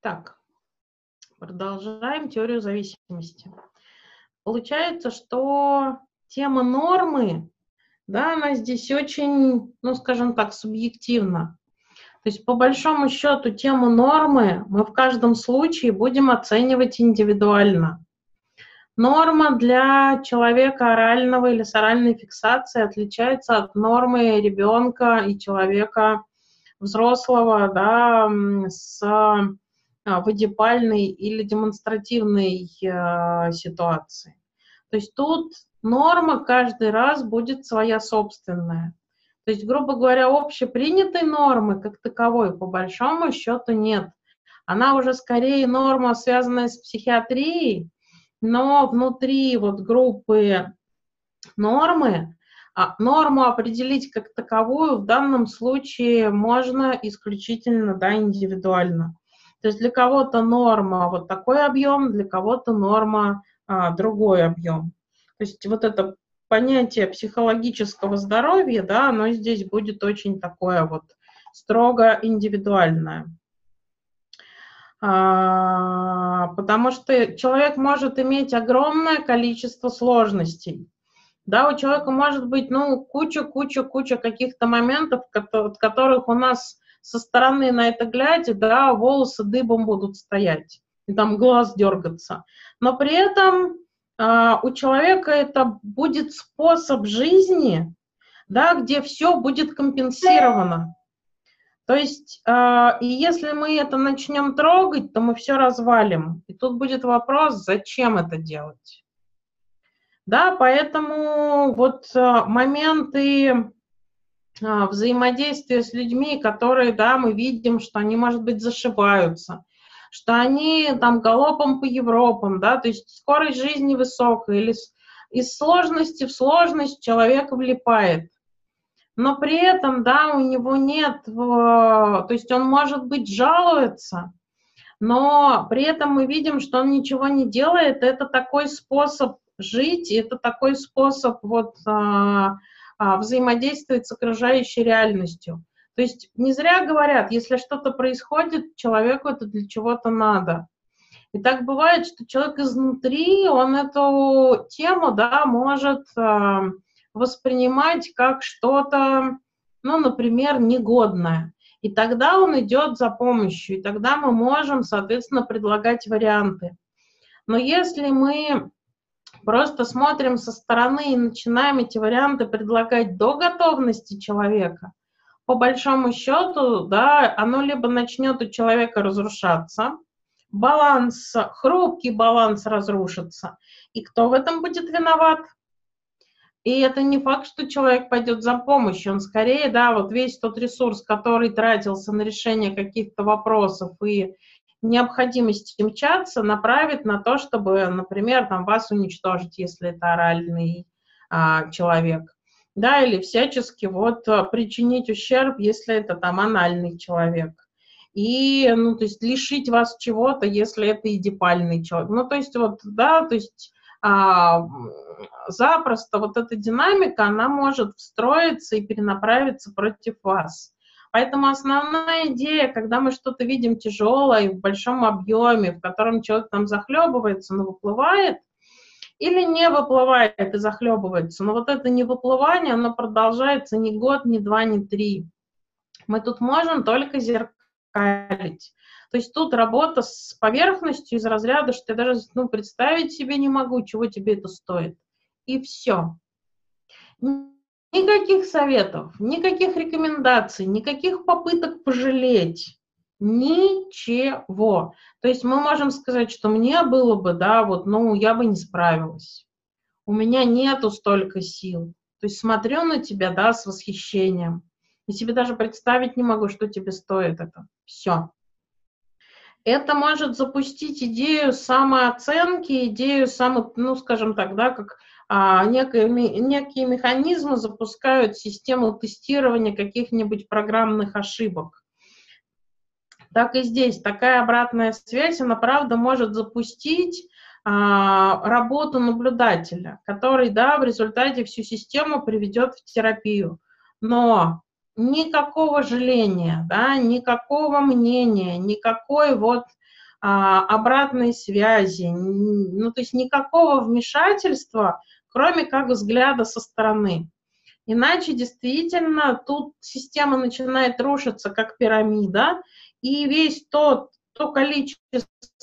Так, продолжаем теорию зависимости. Получается, что тема нормы, да, она здесь очень, ну, скажем так, субъективна. То есть, по большому счету, тему нормы мы в каждом случае будем оценивать индивидуально. Норма для человека орального или с оральной фиксацией отличается от нормы ребенка и человека взрослого, да, с выдипальной или демонстративной ситуации. То есть тут норма каждый раз будет своя собственная. То есть, грубо говоря, общепринятой нормы как таковой по большому счету нет. Она уже скорее норма, связанная с психиатрией, но внутри вот группы нормы, норму определить как таковую в данном случае можно исключительно, да, индивидуально. То есть для кого-то норма вот такой объем, для кого-то норма другой объем. То есть вот это понятие психологического здоровья, да, оно здесь будет очень такое вот строго индивидуальное. Потому что человек может иметь огромное количество сложностей. Да, у человека может быть, ну, куча каких-то моментов, от которых у нас со стороны на это глядя, да, волосы дыбом будут стоять, и там глаз дергаться. Но при этом у человека это будет способ жизни, да, где все будет компенсировано. То есть, и если мы это начнем трогать, то мы все развалим. И тут будет вопрос, зачем это делать? Да, поэтому вот моменты взаимодействия с людьми, которые, да, мы видим, что они, может быть, зашибаются, что они там галопом по Европам, да, то есть скорость жизни высокая, или из сложности в сложность человек влипает. Но при этом, да, у него нет, то есть он, может быть, жалуется, но при этом мы видим, что он ничего не делает. Это такой способ жить, это такой способ вот взаимодействовать с окружающей реальностью. То есть не зря говорят, если что-то происходит, человеку это для чего-то надо. И так бывает, что человек изнутри, он эту тему, да, может воспринимать как что-то, ну, например, негодное. И тогда он идет за помощью, и тогда мы можем, соответственно, предлагать варианты. Но если мы просто смотрим со стороны и начинаем эти варианты предлагать до готовности человека, по большому счету, да, оно либо начнет у человека разрушаться, баланс, хрупкий баланс разрушится, и кто в этом будет виноват? И это не факт, что человек пойдет за помощью, он скорее, да, вот весь тот ресурс, который тратился на решение каких-то вопросов и необходимости мчаться, направит на то, чтобы, например, там, вас уничтожить, если это оральный человек, да, или всячески вот причинить ущерб, если это там анальный человек. И, ну, то есть лишить вас чего-то, если это эдипальный человек. Ну, то есть вот, да, то есть запросто вот эта динамика, она может встроиться и перенаправиться против вас. Поэтому основная идея, когда мы что-то видим тяжелое и в большом объеме, в котором человек там захлебывается, но выплывает, или не выплывает и захлебывается, но вот это невыплывание, оно продолжается не год, не два, не три. Мы тут можем только зеркалить. То есть тут работа с поверхностью из разряда, что я даже представить себе не могу, чего тебе это стоит. И все. Никаких советов, никаких рекомендаций, никаких попыток пожалеть. Ничего. То есть мы можем сказать, что мне было бы, да, вот, ну, я бы не справилась. У меня нету столько сил. То есть смотрю на тебя, да, с восхищением. И себе даже представить не могу, что тебе стоит это. Все. Это может запустить идею самооценки, идею ну, скажем так, да, как некие механизмы запускают систему тестирования каких-нибудь программных ошибок. Так и здесь такая обратная связь, она, правда, может запустить работу наблюдателя, который, да, в результате всю систему приведет в терапию. Но никакого жаления, да, никакого мнения, никакой вот обратной связи, ну, то есть никакого вмешательства, кроме как взгляда со стороны. Иначе действительно тут система начинает рушиться, как пирамида, и весь то количество,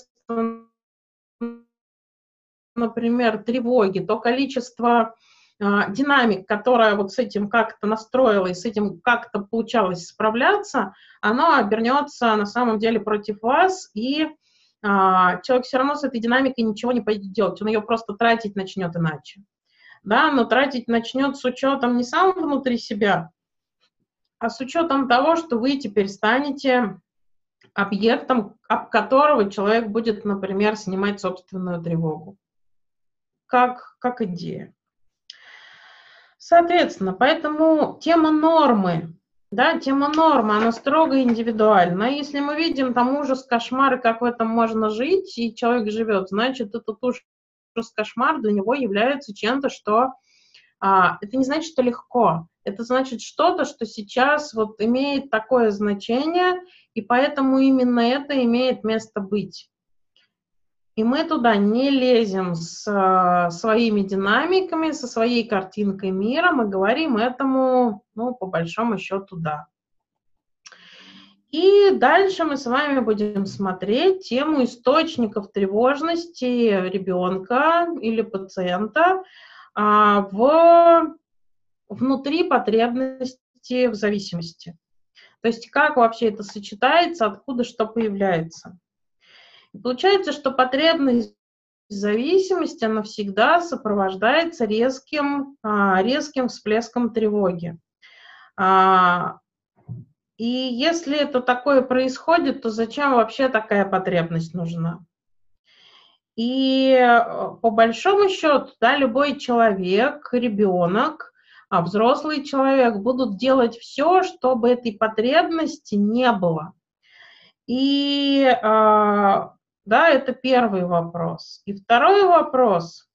например, тревоги, то количество динамик, которая вот с этим как-то настроилась, с этим как-то получалось справляться, оно обернется на самом деле против вас, и человек все равно с этой динамикой ничего не пойдет делать, он ее просто тратить начнет иначе. Да, но тратить начнет с учетом не сам внутри себя, а с учетом того, что вы теперь станете объектом, об которого человек будет, например, снимать собственную тревогу. Как идея. Соответственно, поэтому тема нормы, да, тема нормы, она строго индивидуальна. Если мы видим там ужас, кошмар, и как в этом можно жить, и человек живет, значит, этот ужас, кошмар для него является чем-то, что это не значит, что легко. Это значит что-то, что сейчас вот имеет такое значение, и поэтому именно это имеет место быть. И мы туда не лезем с своими динамиками, со своей картинкой мира, мы говорим этому, ну, по большому счету, да. И дальше мы с вами будем смотреть тему источников тревожности ребенка или пациента внутри потребности в зависимости. То есть как вообще это сочетается, откуда что появляется. И получается, что потребность в зависимости, она всегда сопровождается резким всплеском тревоги. И если это такое происходит, то зачем вообще такая потребность нужна? И по большому счету, да, любой человек, ребенок, взрослый человек будут делать все, чтобы этой потребности не было. И да, это первый вопрос. И второй вопрос.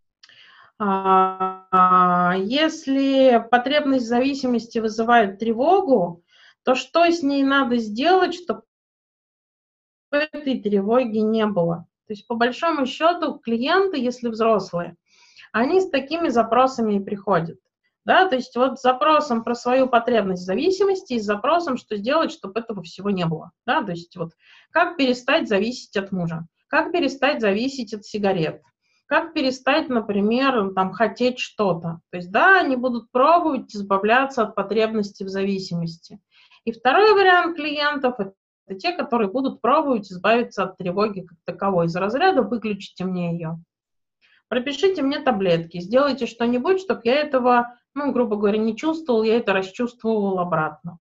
Если потребность зависимости вызывает тревогу, то что с ней надо сделать, чтобы этой тревоги не было? То есть, по большому счету, клиенты, если взрослые, они с такими запросами и приходят. Да? То есть вот с запросом про свою потребность в зависимости и с запросом, что сделать, чтобы этого всего не было. Да? То есть вот как перестать зависеть от мужа, как перестать зависеть от сигарет, как перестать, например, там, хотеть что-то. То есть, да, они будут пробовать избавляться от потребности в зависимости. И второй вариант клиентов – это те, которые будут пробовать избавиться от тревоги как таковой. Из разряда «выключите мне ее». Пропишите мне таблетки, сделайте что-нибудь, чтобы я этого, ну, грубо говоря, не чувствовал, я это расчувствовал обратно.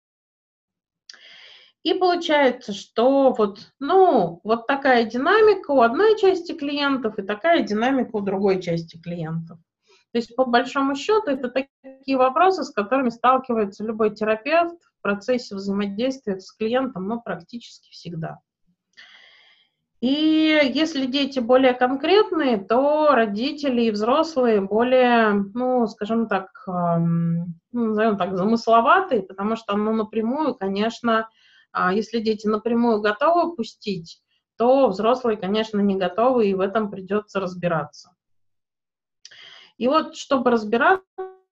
И получается, что вот, ну, вот такая динамика у одной части клиентов и такая динамика у другой части клиентов. То есть, по большому счету, это такие вопросы, с которыми сталкивается любой терапевт в процессе взаимодействия с клиентом, ну, практически всегда. И если дети более конкретные, то родители и взрослые более, ну, скажем так, назовем так, замысловатые, потому что, ну, напрямую, конечно, если дети напрямую готовы пустить, то взрослые, конечно, не готовы, и в этом придется разбираться. И вот, чтобы разбираться,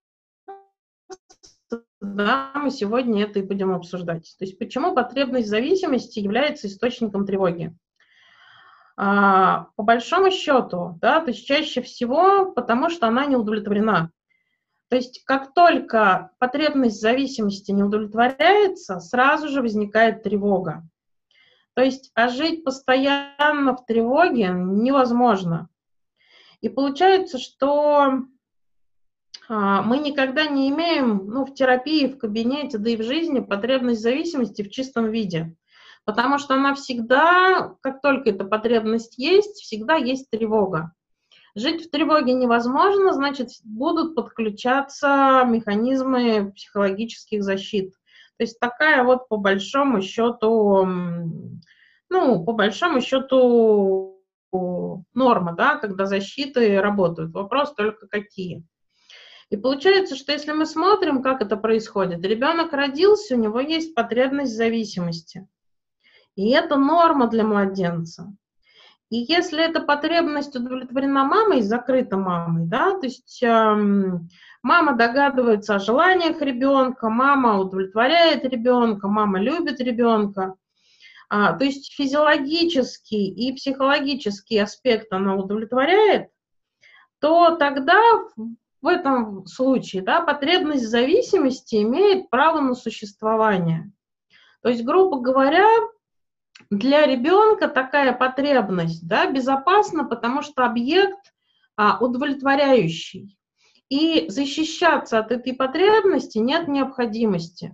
да, мы сегодня это и будем обсуждать. То есть, почему потребность в зависимости является источником тревоги? По большому счету, да, то есть чаще всего потому, что она не удовлетворена. То есть как только потребность зависимости не удовлетворяется, сразу же возникает тревога. То есть жить постоянно в тревоге невозможно. И получается, что мы никогда не имеем, ну, в терапии, в кабинете, да и в жизни потребность зависимости в чистом виде. Потому что она всегда, как только эта потребность есть, всегда есть тревога. Жить в тревоге невозможно, значит, будут подключаться механизмы психологических защит. То есть такая вот по большому счету, ну, по большому счету норма, да, когда защиты работают. Вопрос только какие. И получается, что если мы смотрим, как это происходит, ребенок родился, у него есть потребность в зависимости. И это норма для младенца. И если эта потребность удовлетворена мамой, закрыта мамой, да, то есть мама догадывается о желаниях ребенка, мама удовлетворяет ребенка, мама любит ребенка, то есть физиологический и психологический аспект она удовлетворяет, то тогда в этом случае, да, потребность зависимости имеет право на существование. То есть, грубо говоря, для ребенка такая потребность, да, безопасна, потому что объект удовлетворяющий. И защищаться от этой потребности нет необходимости.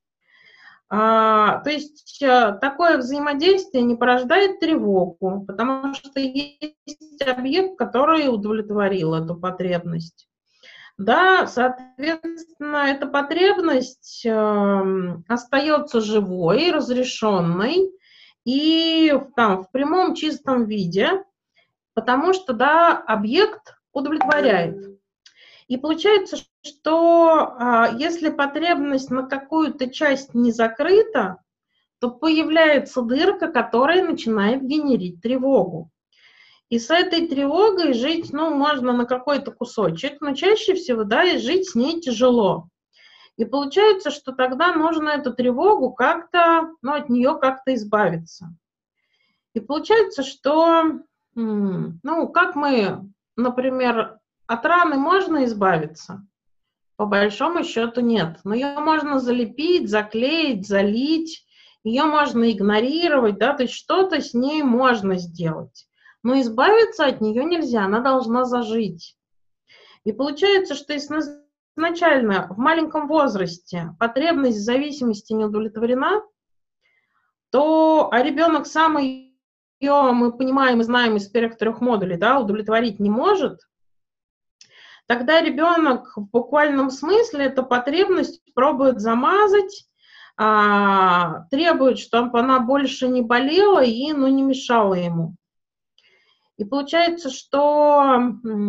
То есть такое взаимодействие не порождает тревогу, потому что есть объект, который удовлетворил эту потребность. Да, соответственно, эта потребность остается живой, разрешенной и там, в прямом чистом виде, потому что, да, объект удовлетворяет. И получается, что если потребность на какую-то часть не закрыта, то появляется дырка, которая начинает генерить тревогу. И с этой тревогой жить, ну, можно на какой-то кусочек, но чаще всего, да, и жить с ней тяжело. И получается, что тогда нужно эту тревогу как-то, ну, от нее как-то избавиться. И получается, что, ну, как мы, например, от раны можно избавиться? По большому счету нет. Но ее можно залепить, заклеить, залить, ее можно игнорировать, да, то есть что-то с ней можно сделать. Но избавиться от нее нельзя, она должна зажить. И получается, что если изначально в маленьком возрасте потребность в зависимости не удовлетворена, то ребенок сам ее, мы понимаем и знаем из первых 3 модулей, да, удовлетворить не может, тогда ребенок в буквальном смысле эту потребность пробует замазать, требует, чтобы она больше не болела и, ну, не мешала ему. И получается, что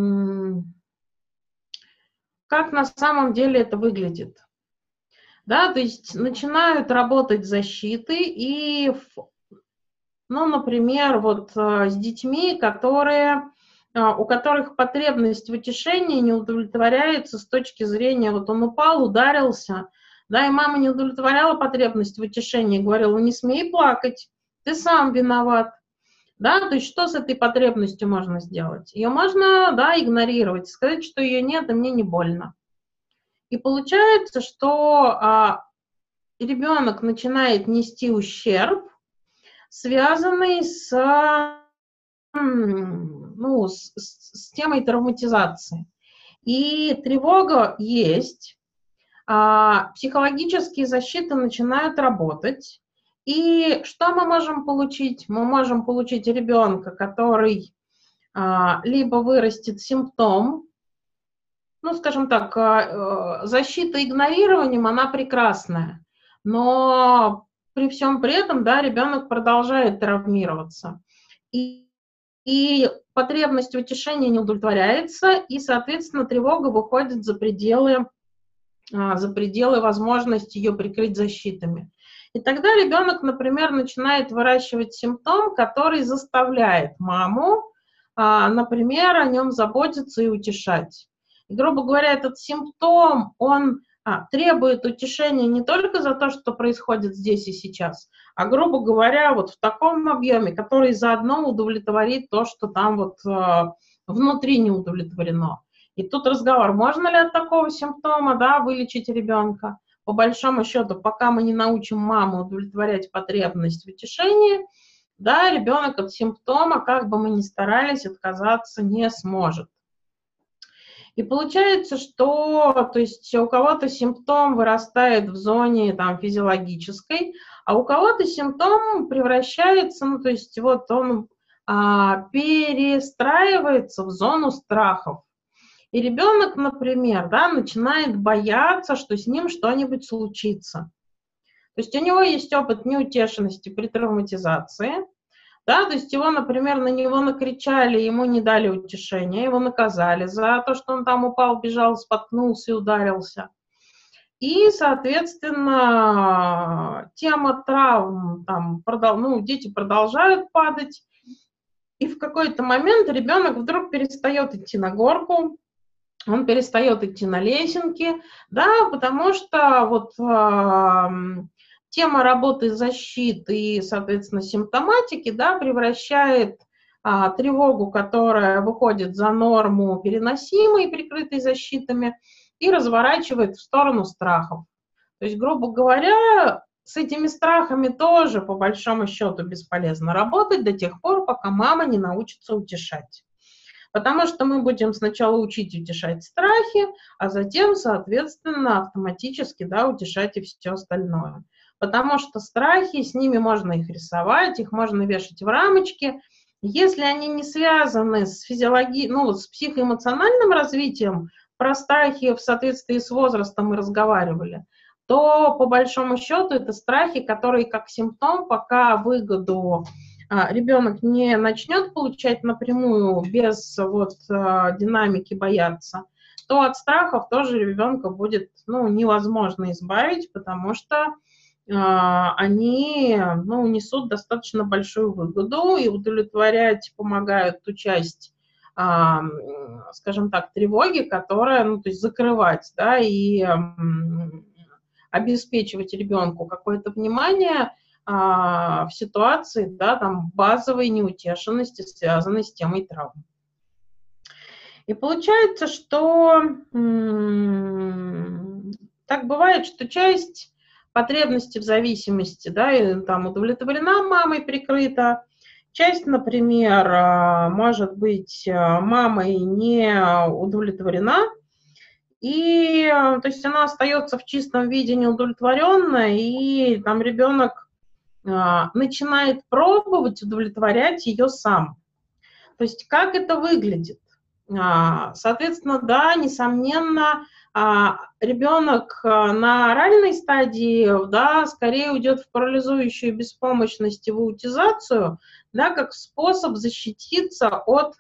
как на самом деле это выглядит? Да, то есть начинают работать защиты и, ну, например, вот с детьми, у которых потребность в утешении не удовлетворяется с точки зрения, вот он упал, ударился, да, и мама не удовлетворяла потребность в утешении, говорила, не смей плакать, ты сам виноват. Да, то есть что с этой потребностью можно сделать? Ее можно, да, игнорировать, сказать, что ее нет, и мне не больно. И получается, что ребенок начинает нести ущерб, связанный с темой травматизации. И тревога есть, психологические защиты начинают работать. И что мы можем получить? Мы можем получить ребенка, который либо вырастет симптом, ну, скажем так, защита игнорированием, она прекрасная, но при всем при этом, да, ребенок продолжает травмироваться. И потребность в утешении не удовлетворяется, и, соответственно, тревога выходит за пределы возможности ее прикрыть защитами. И тогда ребенок, например, начинает выращивать симптом, который заставляет маму, например, о нем заботиться и утешать. И, грубо говоря, этот симптом, он требует утешения не только за то, что происходит здесь и сейчас, а, грубо говоря, вот в таком объеме, который заодно удовлетворит то, что там вот внутри не удовлетворено. И тут разговор, можно ли от такого симптома, да, вылечить ребенка? По большому счету, пока мы не научим маму удовлетворять потребность в утешении, да, ребенок от симптома, как бы мы ни старались, отказаться не сможет. И получается, что, то есть у кого-то симптом вырастает в зоне там физиологической, а у кого-то симптом превращается, ну, то есть вот он перестраивается в зону страхов. И ребенок, например, да, начинает бояться, что с ним что-нибудь случится. То есть у него есть опыт неутешенности при травматизации, да, то есть его, например, на него накричали, ему не дали утешения, его наказали за то, что он там упал, бежал, споткнулся и ударился. И, соответственно, тема травм, там, дети продолжают падать, и в какой-то момент ребенок вдруг перестает идти на горку, он перестает идти на лесенки, да, потому что вот тема работы защиты и, соответственно, симптоматики, да, превращает тревогу, которая выходит за норму переносимой, прикрытой защитами, и разворачивает в сторону страхов. То есть, грубо говоря, с этими страхами тоже, по большому счету, бесполезно работать до тех пор, пока мама не научится утешать. Потому что мы будем сначала учить утешать страхи, а затем, соответственно, автоматически, да, утешать и все остальное. Потому что страхи, с ними можно их рисовать, их можно вешать в рамочки. Если они не связаны с физиологией, ну, с психоэмоциональным развитием, про страхи в соответствии с возрастом мы разговаривали, то, по большому счету, это страхи, которые как симптом, пока выгоду ребенок не начнет получать напрямую, без вот динамики бояться, то от страхов тоже ребенка будет, ну, невозможно избавить, потому что они, ну, несут достаточно большую выгоду и удовлетворять помогают ту часть, скажем так, тревоги, которая, ну, то есть закрывать, да, и обеспечивать ребенку какое-то внимание в ситуации, да, там, базовой неутешенности, связанной с темой травм. И получается, что так бывает, что часть потребностей в зависимости, да, и, там, удовлетворена мамой, прикрыта, часть, например, может быть мамой не удовлетворена, и, то есть, она остается в чистом виде неудовлетворенная, и там ребенок начинает пробовать удовлетворять ее сам. То есть как это выглядит? Соответственно, да, несомненно, ребенок на оральной стадии, да, скорее уйдет в парализующую беспомощность и в аутизацию, да, как способ защититься от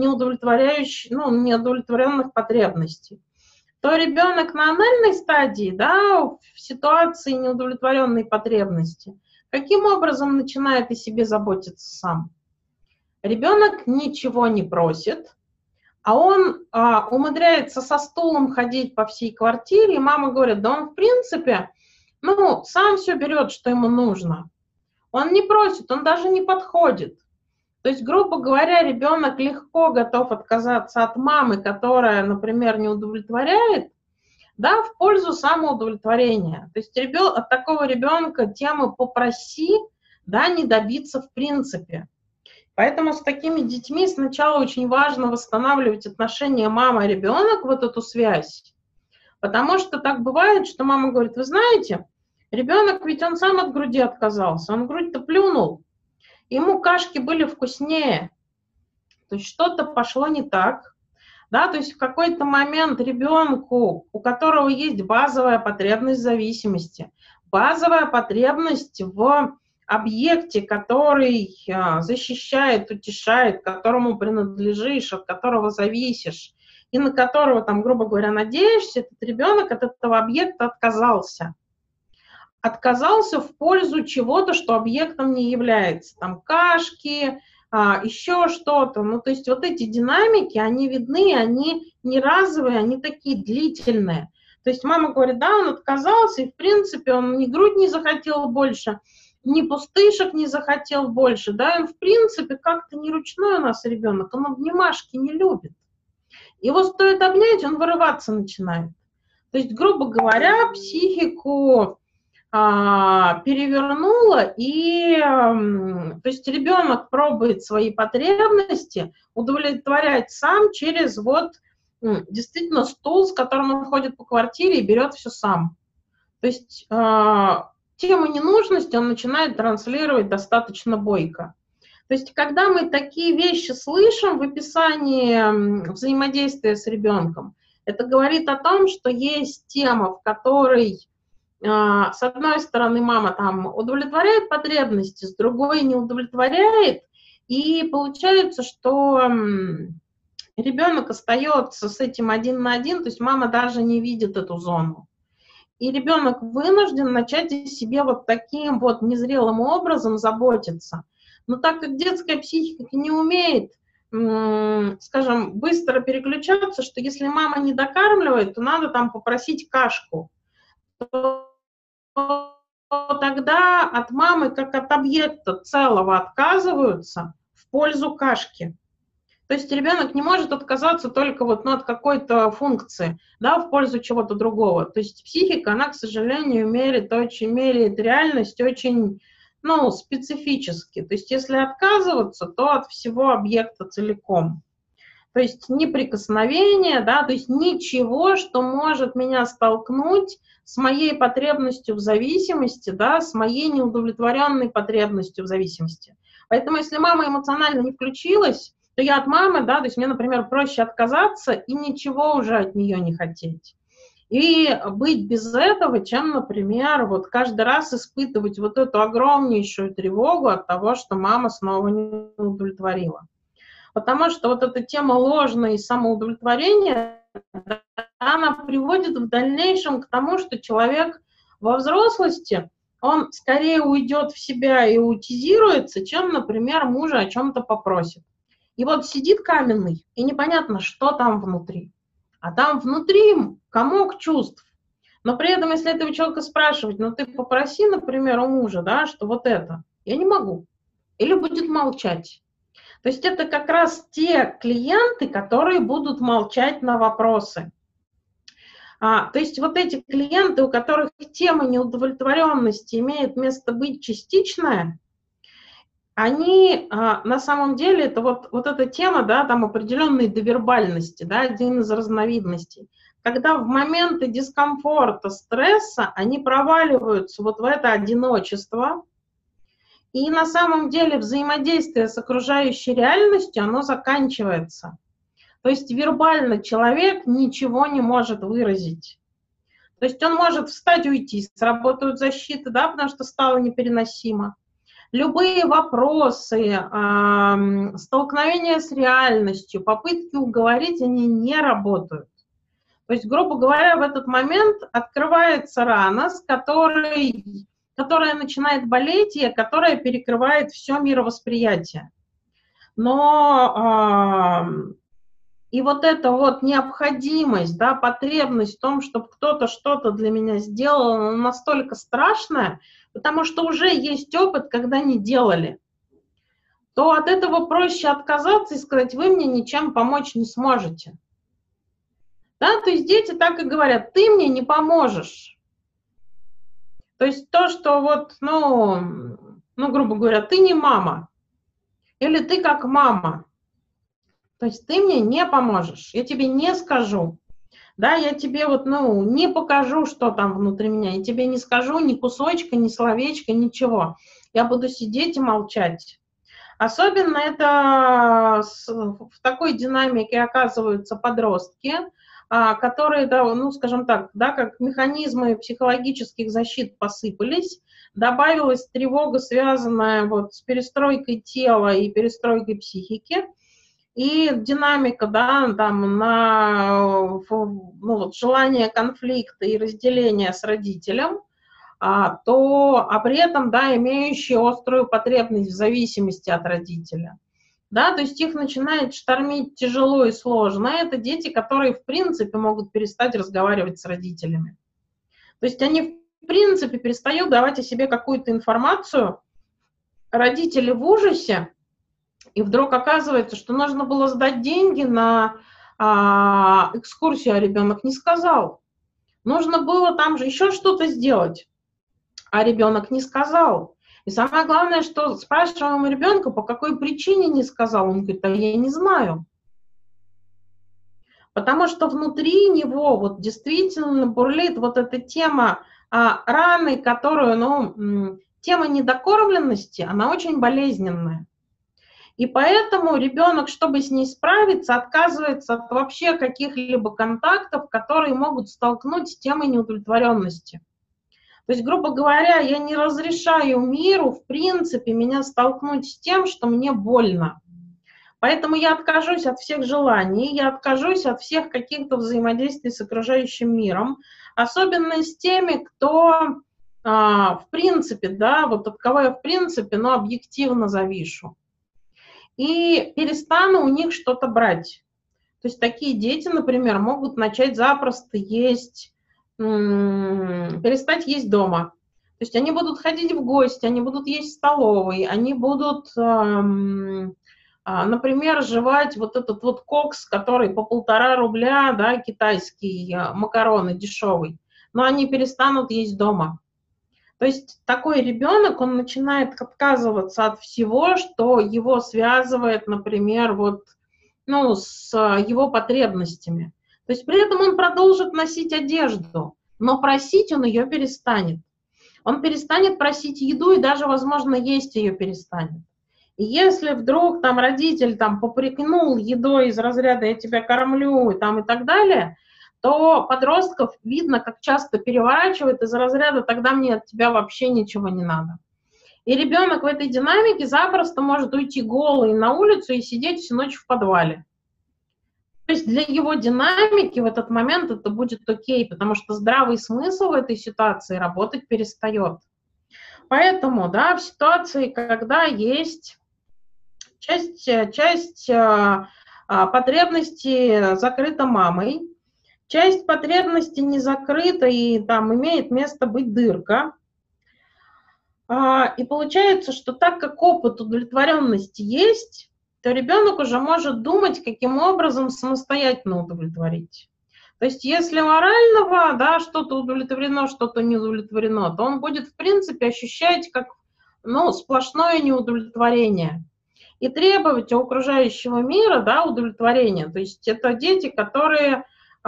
неудовлетворенных потребностей. То ребенок на анальной стадии, да, в ситуации неудовлетворенной потребности, каким образом начинает о себе заботиться сам? Ребенок ничего не просит, а он умудряется со стулом ходить по всей квартире, и мама говорит, да он в принципе, ну, сам все берет, что ему нужно. Он не просит, он даже не подходит. То есть, грубо говоря, ребенок легко готов отказаться от мамы, которая, например, не удовлетворяет, да, в пользу самоудовлетворения. То есть от такого ребенка темы «попроси», да, не добиться в принципе. Поэтому с такими детьми сначала очень важно восстанавливать отношения мама-ребенок, вот эту связь. Потому что так бывает, что мама говорит, вы знаете, ребенок ведь он сам от груди отказался, он грудь-то плюнул, ему кашки были вкуснее. То есть что-то пошло не так. Да, то есть в какой-то момент ребенку, у которого есть базовая потребность зависимости, базовая потребность в объекте, который защищает, утешает, которому принадлежишь, от которого зависишь, и на которого, там, грубо говоря, надеешься, этот ребенок от этого объекта отказался. Отказался в пользу чего-то, что объектом не является. Там кашки, еще что-то. Ну, то есть вот эти динамики, они видны, они не разовые, они такие длительные. То есть мама говорит, да, он отказался, и в принципе он ни грудь не захотел больше, ни пустышек не захотел больше, да, он в принципе как-то не ручной у нас ребенок, он обнимашки не любит. Его стоит обнять, он вырываться начинает. То есть, грубо говоря, психику перевернула, и то есть ребенок пробует свои потребности удовлетворять сам через вот действительно стул, с которым он ходит по квартире и берет все сам. То есть тему ненужности он начинает транслировать достаточно бойко. То есть когда мы такие вещи слышим в описании взаимодействия с ребенком, это говорит о том, что есть тема, в которой с одной стороны мама там удовлетворяет потребности, с другой не удовлетворяет, и получается, что ребенок остается с этим один на один, то есть мама даже не видит эту зону. И ребенок вынужден начать о себе вот таким вот незрелым образом заботиться. Но так как детская психика не умеет, скажем, быстро переключаться, что если мама не докармливает, то надо там попросить кашку, то тогда от мамы как от объекта целого отказываются в пользу кашки. То есть ребенок не может отказаться только вот, от какой-то функции, да, в пользу чего-то другого. То есть психика, она, к сожалению, меряет реальность очень, специфически. То есть если отказываться, то от всего объекта целиком. То есть неприкосновение, да, то есть ничего, что может меня столкнуть с моей потребностью в зависимости, да, с моей неудовлетворенной потребностью в зависимости. Поэтому если мама эмоционально не включилась, то я от мамы, да, то есть мне, например, проще отказаться и ничего уже от нее не хотеть. И быть без этого, чем, например, вот каждый раз испытывать вот эту огромнейшую тревогу от того, что мама снова не удовлетворила. Потому что вот эта тема ложной самоудовлетворения, она приводит в дальнейшем к тому, что человек во взрослости, он скорее уйдет в себя и аутизируется, чем, например, мужа о чем-то попросит. И вот сидит каменный, и непонятно, что там внутри. А там внутри комок чувств. Но при этом, если этого человека спрашивать, ты попроси, например, у мужа, да, что вот это, я не могу. Или будет молчать. То есть это как раз те клиенты, которые будут молчать на вопросы. То есть вот эти клиенты, у которых тема неудовлетворенности имеет место быть частичная, они на самом деле, это вот эта тема, да, там определенной довербальности, да, один из разновидностей. Когда в моменты дискомфорта, стресса они проваливаются вот в это одиночество, и на самом деле взаимодействие с окружающей реальностью, оно заканчивается. То есть вербально человек ничего не может выразить. То есть он может встать, уйти, сработают защиты, да, потому что стало непереносимо. Любые вопросы, столкновения с реальностью, попытки уговорить, они не работают. То есть, грубо говоря, в этот момент открывается рана, которая начинает болеть и которая перекрывает все мировосприятие. Но и вот эта вот необходимость, да, потребность в том, чтобы кто-то что-то для меня сделал, она настолько страшная, потому что уже есть опыт, когда не делали, то от этого проще отказаться и сказать, вы мне ничем помочь не сможете. Да, то есть дети так и говорят, ты мне не поможешь. То есть то, что вот, грубо говоря, ты не мама, или ты как мама, то есть ты мне не поможешь, я тебе не скажу, да, я тебе не покажу, что там внутри меня, я тебе не скажу ни кусочка, ни словечка, ничего, я буду сидеть и молчать. Особенно это в такой динамике оказываются подростки, которые, да, скажем так, да, как механизмы психологических защит посыпались, добавилась тревога, связанная вот с перестройкой тела и перестройкой психики, и динамика, да, там на желание конфликта и разделения с родителем, а при этом, да, имеющие острую потребность в зависимости от родителя. Да, то есть их начинает штормить тяжело и сложно. Это дети, которые, в принципе, могут перестать разговаривать с родителями. То есть они, в принципе, перестают давать о себе какую-то информацию. Родители в ужасе, и вдруг оказывается, что нужно было сдать деньги на экскурсию, а ребенок не сказал. Нужно было там же еще что-то сделать, а ребенок не сказал. И самое главное, что спрашиваем у ребенка, по какой причине не сказал. Он говорит, а я не знаю. Потому что внутри него вот действительно бурлит вот эта тема раны, которую, тема недокормленности, она очень болезненная. И поэтому ребенок, чтобы с ней справиться, отказывается от вообще каких-либо контактов, которые могут столкнуть с темой неудовлетворенности. То есть, грубо говоря, я не разрешаю миру, в принципе, меня столкнуть с тем, что мне больно. Поэтому я откажусь от всех желаний, я откажусь от всех каких-то взаимодействий с окружающим миром, особенно с теми, кто в принципе, да, вот от кого я в принципе, но объективно завишу. И перестану у них что-то брать. То есть такие дети, например, могут начать запросто есть, перестать есть дома. То есть они будут ходить в гости, они будут есть в столовой, они будут, например, жевать вот этот вот кокс, который по 1,5 рубля, да, китайский, макароны дешевый, но они перестанут есть дома. То есть такой ребенок, он начинает отказываться от всего, что его связывает, например, вот, ну, с его потребностями. То есть при этом он продолжит носить одежду, но просить он ее перестанет. Он перестанет просить еду и даже, возможно, есть ее перестанет. И если вдруг там родитель там попрекнул едой из разряда «я тебя кормлю» там, и так далее, то подростков видно, как часто переворачивает из разряда «тогда мне от тебя вообще ничего не надо». И ребенок в этой динамике запросто может уйти голый на улицу и сидеть всю ночь в подвале. То есть для его динамики в этот момент это будет окей, потому что здравый смысл в этой ситуации работать перестает. Поэтому, да, в ситуации, когда есть часть потребностей закрыта мамой, часть потребностей не закрыта, и там имеет место быть дырка. И получается, что так как опыт удовлетворенности есть, то ребенок уже может думать, каким образом самостоятельно удовлетворить. То есть если морального, да, что-то удовлетворено, что-то не удовлетворено, то он будет, в принципе, ощущать как, ну, сплошное неудовлетворение. И требовать у окружающего мира, да, удовлетворения. То есть это дети, которые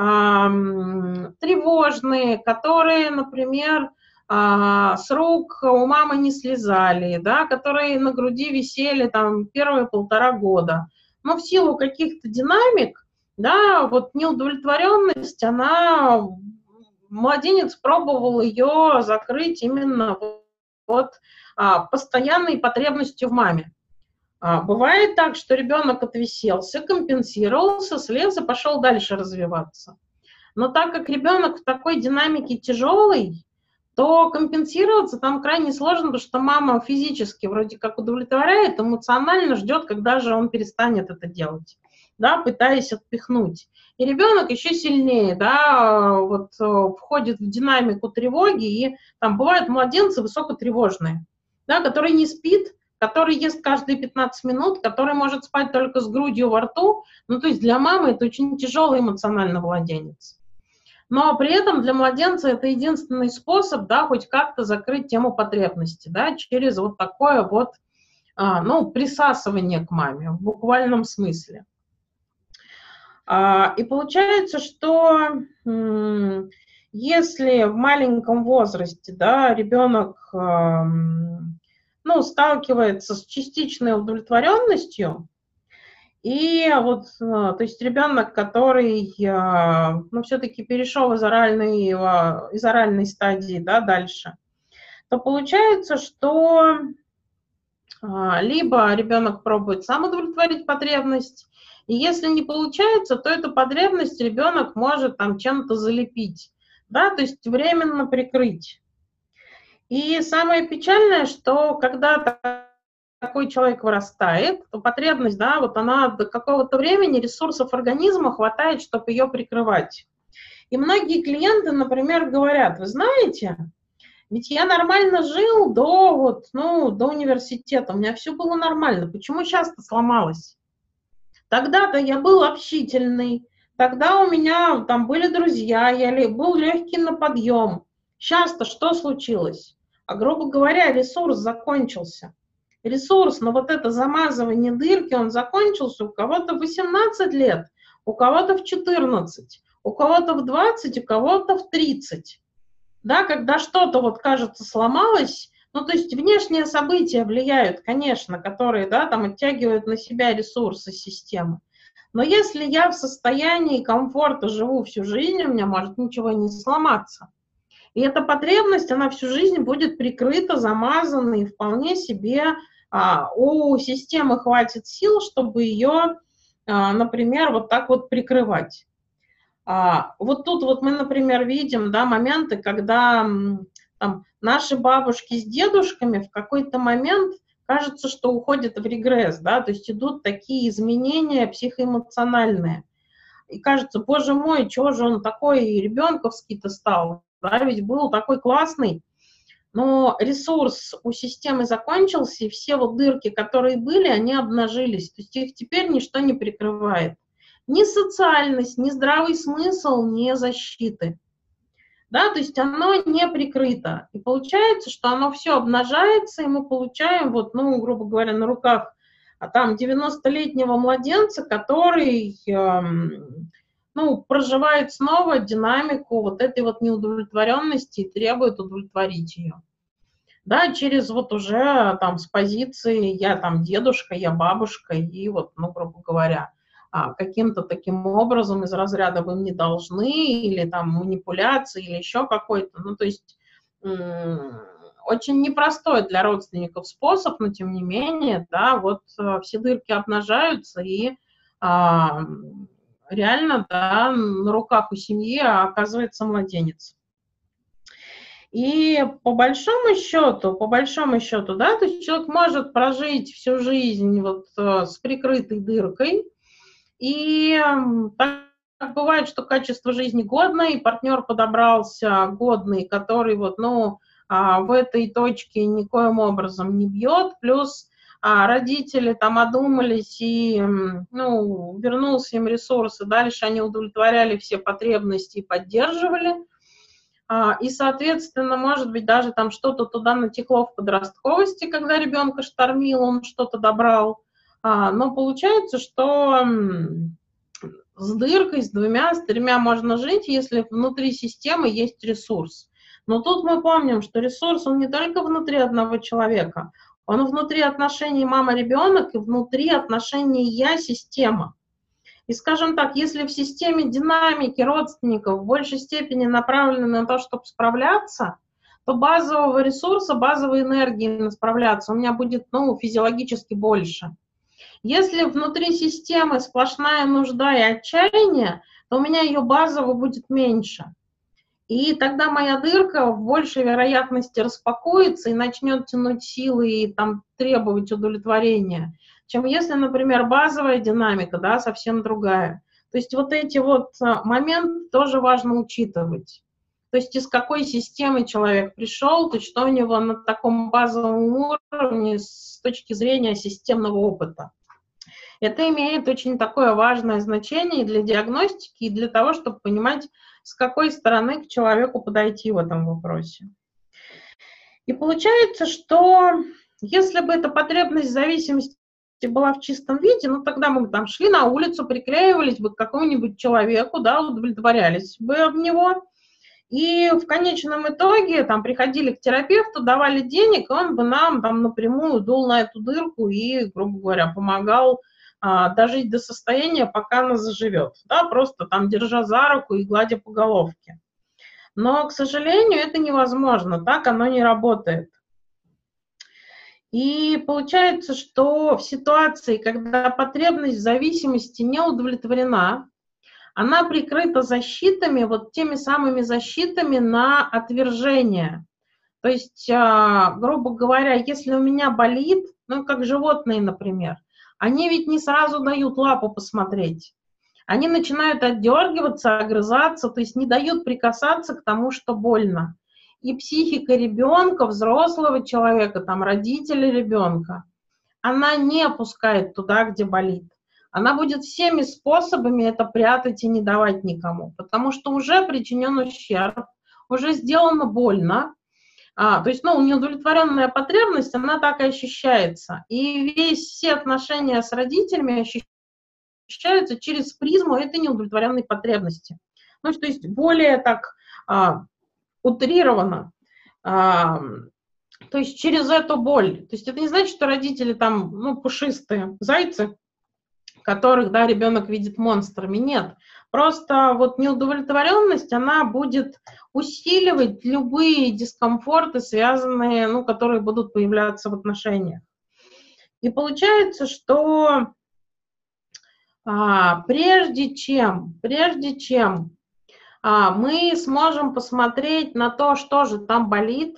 тревожные, которые, например, с рук у мамы не слезали, да, которые на груди висели там первые 1,5 года. Но в силу каких-то динамик, да, вот неудовлетворенность, она, младенец пробовал ее закрыть именно вот постоянной потребностью в маме. Бывает так, что ребенок отвиселся, компенсировался, слез и пошел дальше развиваться. Но так как ребенок в такой динамике тяжелый, то компенсироваться там крайне сложно, потому что мама физически вроде как удовлетворяет, эмоционально ждет, когда же он перестанет это делать, да, пытаясь отпихнуть. И ребенок еще сильнее, да, вот входит в динамику тревоги, и там бывают младенцы высокотревожные, да, который не спит, который ест каждые 15 минут, который может спать только с грудью во рту. Ну, то есть для мамы это очень тяжелый эмоциональный младенец. Но при этом для младенца это единственный способ, да, хоть как-то закрыть тему потребности, да, через вот такое вот, ну, присасывание к маме в буквальном смысле. И получается, что если в маленьком возрасте, да, ребенок, ну, сталкивается с частичной удовлетворенностью, и вот, то есть ребенок, который, ну, все-таки перешел из оральной стадии, да, дальше, то получается, что либо ребенок пробует сам удовлетворить потребность, и если не получается, то эту потребность ребенок может там чем-то залепить, да, то есть временно прикрыть. И самое печальное, что когда такой человек вырастает, то потребность, да, вот она до какого-то времени ресурсов организма хватает, чтобы ее прикрывать. И многие клиенты, например, говорят: вы знаете, ведь я нормально жил до, вот, ну, до университета, у меня все было нормально, почему сейчас-то сломалось? Тогда-то я был общительный, тогда у меня там были друзья, я был легкий на подъем. Сейчас-то что случилось? А, грубо говоря, ресурс закончился. Ресурс на вот это замазывание дырки, он закончился у кого-то в 18 лет, у кого-то в 14, у кого-то в 20, у кого-то в 30. Да, когда что-то вот, кажется, сломалось, ну, то есть внешние события влияют, конечно, которые, да, там оттягивают на себя ресурсы системы. Но если я в состоянии комфорта живу всю жизнь, у меня может ничего не сломаться. И эта потребность, она всю жизнь будет прикрыта, замазана, и вполне себе у системы хватит сил, чтобы ее, например, вот так вот прикрывать. Вот тут вот мы, например, видим, да, моменты, когда там, наши бабушки с дедушками в какой-то момент кажется, что уходят в регресс, да, то есть идут такие изменения психоэмоциональные. И кажется, боже мой, чего же он такой ребенковский-то стал, да, ведь был такой классный. Но ресурс у системы закончился, и все вот дырки, которые были, они обнажились. То есть их теперь ничто не прикрывает. Ни социальность, ни здравый смысл, ни защиты. Да, то есть оно не прикрыто. И получается, что оно все обнажается, и мы получаем, вот, ну, грубо говоря, на руках там 90-летнего младенца, который ну, проживает снова динамику вот этой вот неудовлетворенности и требует удовлетворить ее. Да, через вот уже там с позиции я там дедушка, я бабушка, и вот, ну, грубо говоря, каким-то таким образом из разряда вы не должны, или там манипуляции, или еще какой-то, ну, то есть очень непростой для родственников способ, но тем не менее, да, вот все дырки обнажаются, и реально, да, на руках у семьи оказывается младенец. И по большому счету, да, то есть человек может прожить всю жизнь вот с прикрытой дыркой, и так бывает, что качество жизни годное, и партнер подобрался годный, который вот, ну, в этой точке никоим образом не бьет, плюс родители там одумались, и, ну, вернулся им ресурс, и дальше они удовлетворяли все потребности и поддерживали. И, соответственно, может быть, даже там что-то туда натекло в подростковости, когда ребенка штормил, он что-то добрал. Но получается, что с дыркой, с двумя, с тремя можно жить, если внутри системы есть ресурс. Но тут мы помним, что ресурс, он не только внутри одного человека, он внутри отношений мама-ребенок и внутри отношений я-система. И, скажем так, если в системе динамики родственников в большей степени направлены на то, чтобы справляться, то базового ресурса, базовой энергии на справляться у меня будет, ну, физиологически больше. Если внутри системы сплошная нужда и отчаяние, то у меня ее базово будет меньше. И тогда моя дырка в большей вероятности распакуется и начнет тянуть силы и там требовать удовлетворения, чем если, например, базовая динамика, да, совсем другая. То есть вот эти вот моменты тоже важно учитывать. То есть из какой системы человек пришел, то есть что у него на таком базовом уровне с точки зрения системного опыта. Это имеет очень такое важное значение для диагностики и для того, чтобы понимать, с какой стороны к человеку подойти в этом вопросе. И получается, что если бы эта потребность зависимости была в чистом виде, ну тогда мы бы там шли на улицу, приклеивались бы к какому-нибудь человеку, да, удовлетворялись бы об него, и в конечном итоге там приходили к терапевту, давали денег, и он бы нам там напрямую дул на эту дырку и, грубо говоря, помогал дожить до состояния, пока она заживет, да, просто там держа за руку и гладя по головке. Но, к сожалению, это невозможно, так оно не работает. И получается, что в ситуации, когда потребность в зависимости не удовлетворена, она прикрыта защитами, вот теми самыми защитами на отвержение. То есть, грубо говоря, если у меня болит, ну, как животные, например, они ведь не сразу дают лапу посмотреть. Они начинают отдергиваться, огрызаться, то есть не дают прикасаться к тому, что больно. И психика ребенка, взрослого человека, там, родителя ребенка, она не опускает туда, где болит. Она будет всеми способами это прятать и не давать никому, потому что уже причинен ущерб, уже сделано больно. То есть, ну, неудовлетворенная потребность, она так и ощущается. И все отношения с родителями ощущаются через призму этой неудовлетворенной потребности. Ну, то есть более так утрированно. То есть через эту боль. То есть это не значит, что родители там, ну, пушистые зайцы, которых, да, ребенок видит монстрами. Нет. Просто вот неудовлетворенность, она будет усиливать любые дискомфорты, связанные, ну, которые будут появляться в отношениях. И получается, что прежде чем мы сможем посмотреть на то, что же там болит,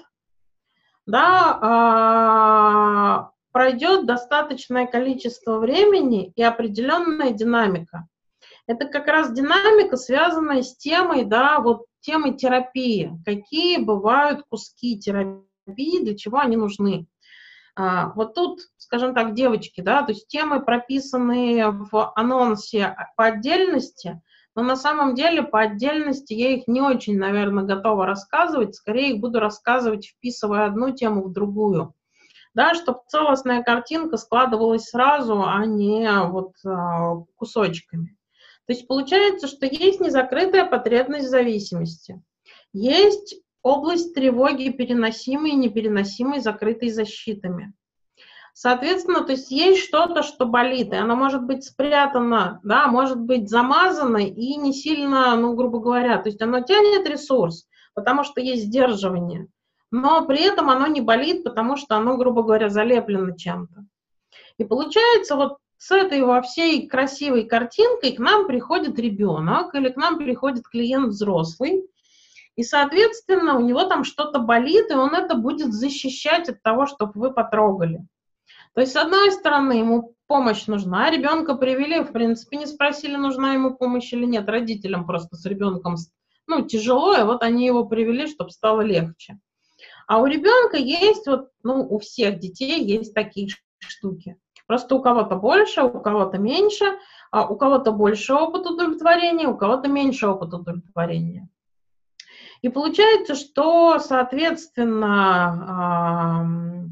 да, пройдет достаточное количество времени и определенная динамика. Это как раз динамика, связанная с темой, да, вот темой терапии. Какие бывают куски терапии, для чего они нужны. Вот тут, скажем так, девочки, да, то есть темы, прописанные в анонсе по отдельности, но на самом деле по отдельности я их не очень, наверное, готова рассказывать, скорее их буду рассказывать, вписывая одну тему в другую, да, чтобы целостная картинка складывалась сразу, а не вот кусочками. То есть получается, что есть незакрытая потребность в зависимости, есть область тревоги, переносимой и непереносимой, закрытой защитами. Соответственно, то есть есть что-то, что болит, и оно может быть спрятано, да, может быть замазано и не сильно, ну, грубо говоря, то есть оно тянет ресурс, потому что есть сдерживание, но при этом оно не болит, потому что оно, грубо говоря, залеплено чем-то. И получается, вот с этой во всей красивой картинкой к нам приходит ребенок или к нам приходит клиент взрослый, и, соответственно, у него там что-то болит, и он это будет защищать от того, чтобы вы потрогали. То есть, с одной стороны, ему помощь нужна, ребенка привели, в принципе, не спросили, нужна ему помощь или нет, родителям просто с ребенком, ну, тяжело, и вот они его привели, чтобы стало легче. А у ребенка есть, вот, ну, у всех детей есть такие штуки. Просто у кого-то больше, у кого-то меньше, а у кого-то больше опыт удовлетворения, у кого-то меньше опыт удовлетворения. И получается, что, соответственно,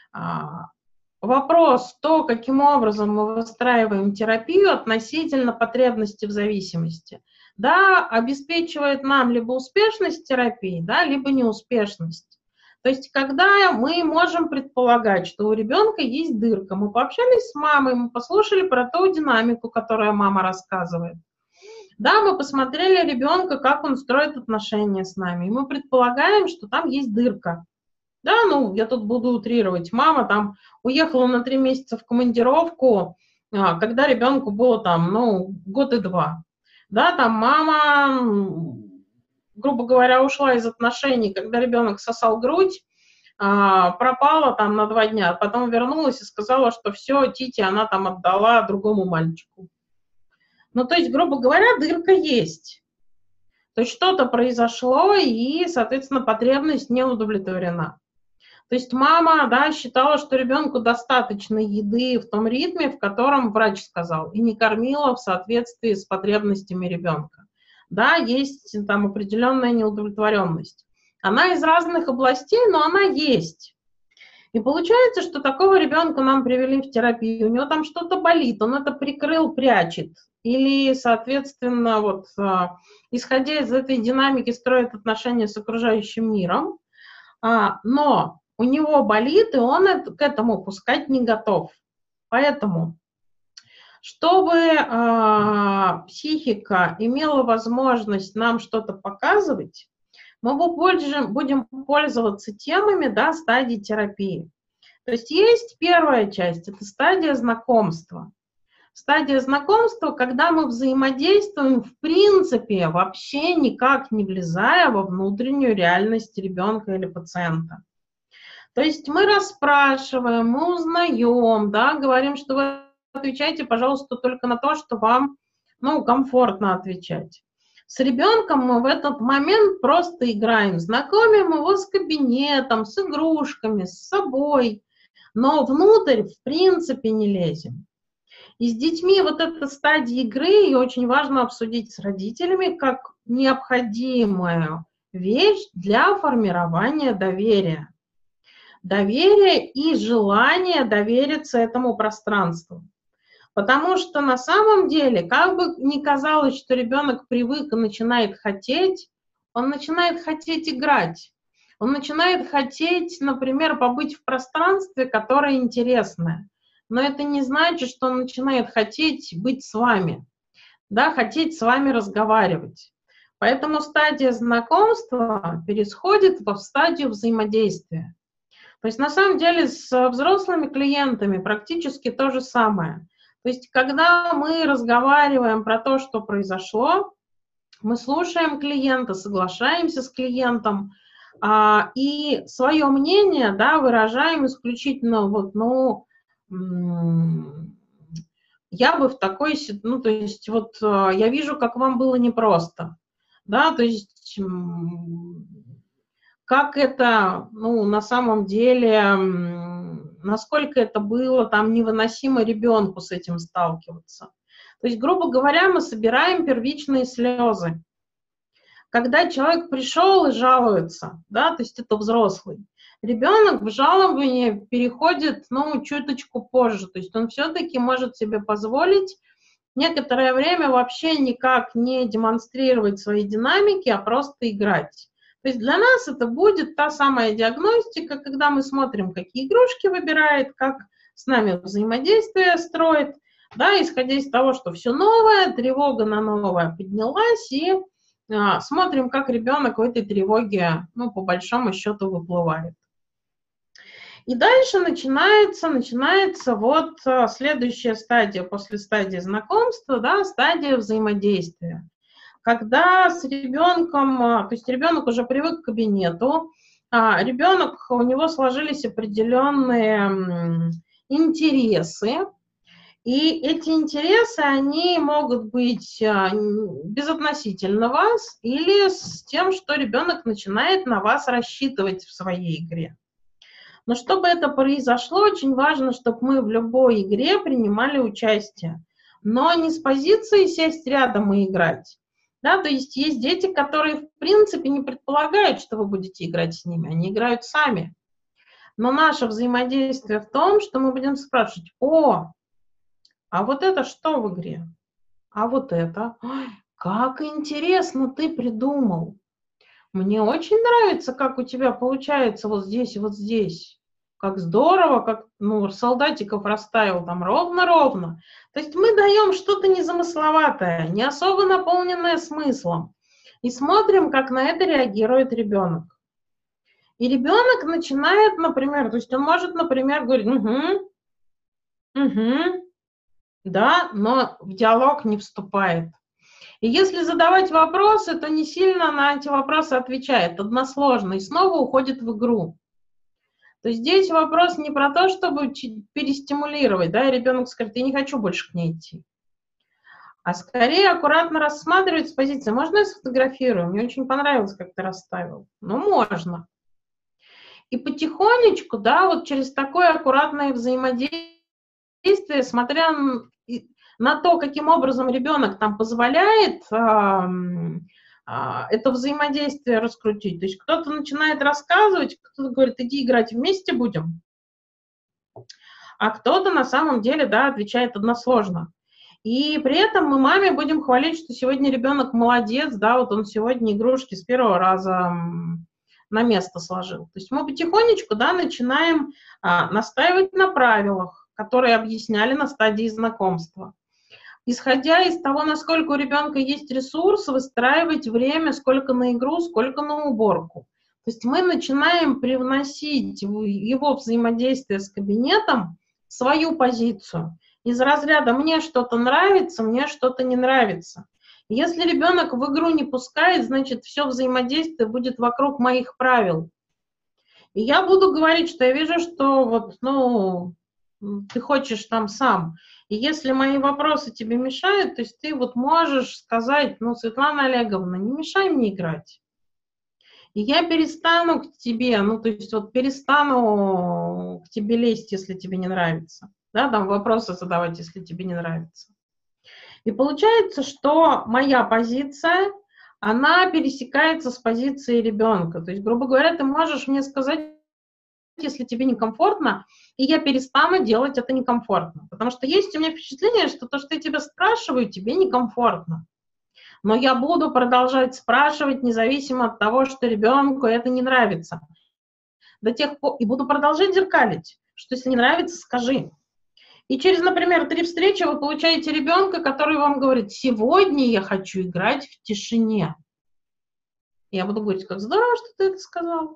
вопрос, то, каким образом мы выстраиваем терапию относительно потребности в зависимости, да, обеспечивает нам либо успешность терапии, да, либо неуспешность. То есть, когда мы можем предполагать, что у ребенка есть дырка, мы пообщались с мамой, мы послушали про ту динамику, которую мама рассказывает. Да, мы посмотрели ребенка, как он строит отношения с нами, и мы предполагаем, что там есть дырка. Да, ну, я тут буду утрировать. Мама там уехала на 3 месяца в командировку, когда ребенку было там, ну, год и 2. Да, там мама, грубо говоря, ушла из отношений, когда ребенок сосал грудь, пропала там на 2 дня, потом вернулась и сказала, что все, Тите она там отдала другому мальчику. Ну, то есть, грубо говоря, дырка есть. То есть что-то произошло, и, соответственно, потребность не удовлетворена. То есть мама, да, считала, что ребенку достаточно еды в том ритме, в котором врач сказал, и не кормила в соответствии с потребностями ребенка. Да, есть там определенная неудовлетворенность. Она из разных областей, но она есть. И получается, что такого ребенка нам привели в терапию, у него там что-то болит, он это прикрыл, прячет. Или, соответственно, вот, исходя из этой динамики, строит отношения с окружающим миром, но у него болит, и он к этому пускать не готов. Поэтому, чтобы психика имела возможность нам что-то показывать, мы будем пользоваться темами, да, стадии терапии. То есть есть первая часть, это стадия знакомства. Стадия знакомства, когда мы взаимодействуем, в принципе, вообще никак не влезая во внутреннюю реальность ребенка или пациента. То есть мы расспрашиваем, мы узнаем, да, говорим, что вы отвечайте, пожалуйста, только на то, что вам, ну, комфортно отвечать. С ребенком мы в этот момент просто играем, знакомим его с кабинетом, с игрушками, с собой, но внутрь в принципе не лезем. И с детьми вот эта стадия игры, ее очень важно обсудить с родителями как необходимую вещь для формирования доверия. Доверие и желание довериться этому пространству. Потому что на самом деле, как бы ни казалось, что ребенок привык и начинает хотеть, он начинает хотеть играть. Он начинает хотеть, например, побыть в пространстве, которое интересное. Но это не значит, что он начинает хотеть быть с вами, да, хотеть с вами разговаривать. Поэтому стадия знакомства переходит в стадию взаимодействия. То есть на самом деле с взрослыми клиентами практически то же самое. То есть когда мы разговариваем про то, что произошло, Мы слушаем клиента, соглашаемся с клиентом, и свое мнение, да, выражаем исключительно вот, ну, я бы в такой, ну, то есть вот я вижу, как вам было непросто, да, то есть как это, ну, на самом деле, насколько это было там невыносимо ребенку с этим сталкиваться. То есть, грубо говоря, мы собираем первичные слезы. Когда человек пришел и жалуется, да, то есть это взрослый, ребенок в жалобание переходит, ну, чуточку позже, то есть он все-таки может себе позволить некоторое время вообще никак не демонстрировать свои динамики, а просто играть. То есть для нас это будет та самая диагностика, когда мы смотрим, какие игрушки выбирает, как с нами взаимодействие строит, да, исходя из того, что все новое, тревога на новое поднялась, и смотрим, как ребенок в этой тревоге, ну, по большому счету, выплывает. И дальше начинается вот следующая стадия после стадии знакомства, да, стадия взаимодействия. Когда с ребенком, то есть ребенок уже привык к кабинету, ребенок, у него сложились определенные интересы, и эти интересы, они могут быть безотносительно вас или с тем, что ребенок начинает на вас рассчитывать в своей игре. Но чтобы это произошло, очень важно, чтобы мы в любой игре принимали участие. Но не с позиции сесть рядом и играть. Да, то есть есть дети, которые в принципе не предполагают, что вы будете играть с ними. Они играют сами. Но наше взаимодействие в том, что мы будем спрашивать: а вот это что в игре? А вот это? Ой, как интересно ты придумал. Мне очень нравится, как у тебя получается вот здесь и вот здесь. Как здорово, как, ну, солдатиков расставил там ровно-ровно. То есть мы даем что-то незамысловатое, не особо наполненное смыслом. И смотрим, как на это реагирует ребенок. И ребенок начинает, например, то есть он может, например, говорить: да, но в диалог не вступает. И если задавать вопросы, то не сильно на эти вопросы отвечает, односложно, и снова уходит в игру. То есть здесь вопрос не про то, чтобы перестимулировать, да, и ребенок скажет: я не хочу больше к ней идти. А скорее аккуратно рассматривать с позиции: можно я сфотографирую? Мне очень понравилось, как ты расставил. Ну, можно. И потихонечку, да, вот через такое аккуратное взаимодействие, смотря на то, каким образом ребенок там позволяет это взаимодействие раскрутить. То есть кто-то начинает рассказывать, кто-то говорит: иди играть вместе будем, а кто-то на самом деле, да, отвечает односложно. И при этом мы маме будем хвалить, что сегодня ребенок молодец, да, вот он сегодня игрушки с первого раза на место сложил. То есть мы потихонечку, да, начинаем настаивать на правилах, которые объясняли на стадии знакомства. Исходя из того, насколько у ребенка есть ресурс, выстраивать время, сколько на игру, сколько на уборку. То есть мы начинаем привносить в его взаимодействие с кабинетом свою позицию. Из разряда: мне что-то нравится, мне что-то не нравится. Если ребенок в игру не пускает, значит, все взаимодействие будет вокруг моих правил. И я буду говорить, что я вижу, что вот, ну, ты хочешь там сам. И если мои вопросы тебе мешают, то есть ты вот можешь сказать: ну, Светлана Олеговна, не мешай мне играть. И я перестану к тебе, ну, то есть вот перестану к тебе лезть, если тебе не нравится. Да, там вопросы задавать, если тебе не нравится. И получается, что моя позиция, она пересекается с позицией ребенка. То есть, грубо говоря, ты можешь мне сказать, если тебе некомфортно, и я перестану делать это некомфортно. Потому что есть у меня впечатление, что то, что я тебя спрашиваю, тебе некомфортно. Но я буду продолжать спрашивать, независимо от того, что ребенку это не нравится. До тех пор, и буду продолжать зеркалить, что если не нравится, скажи. И через, например, 3 встречи вы получаете ребенка, который вам говорит: сегодня я хочу играть в тишине. Я буду говорить: как здорово, что ты это сказал.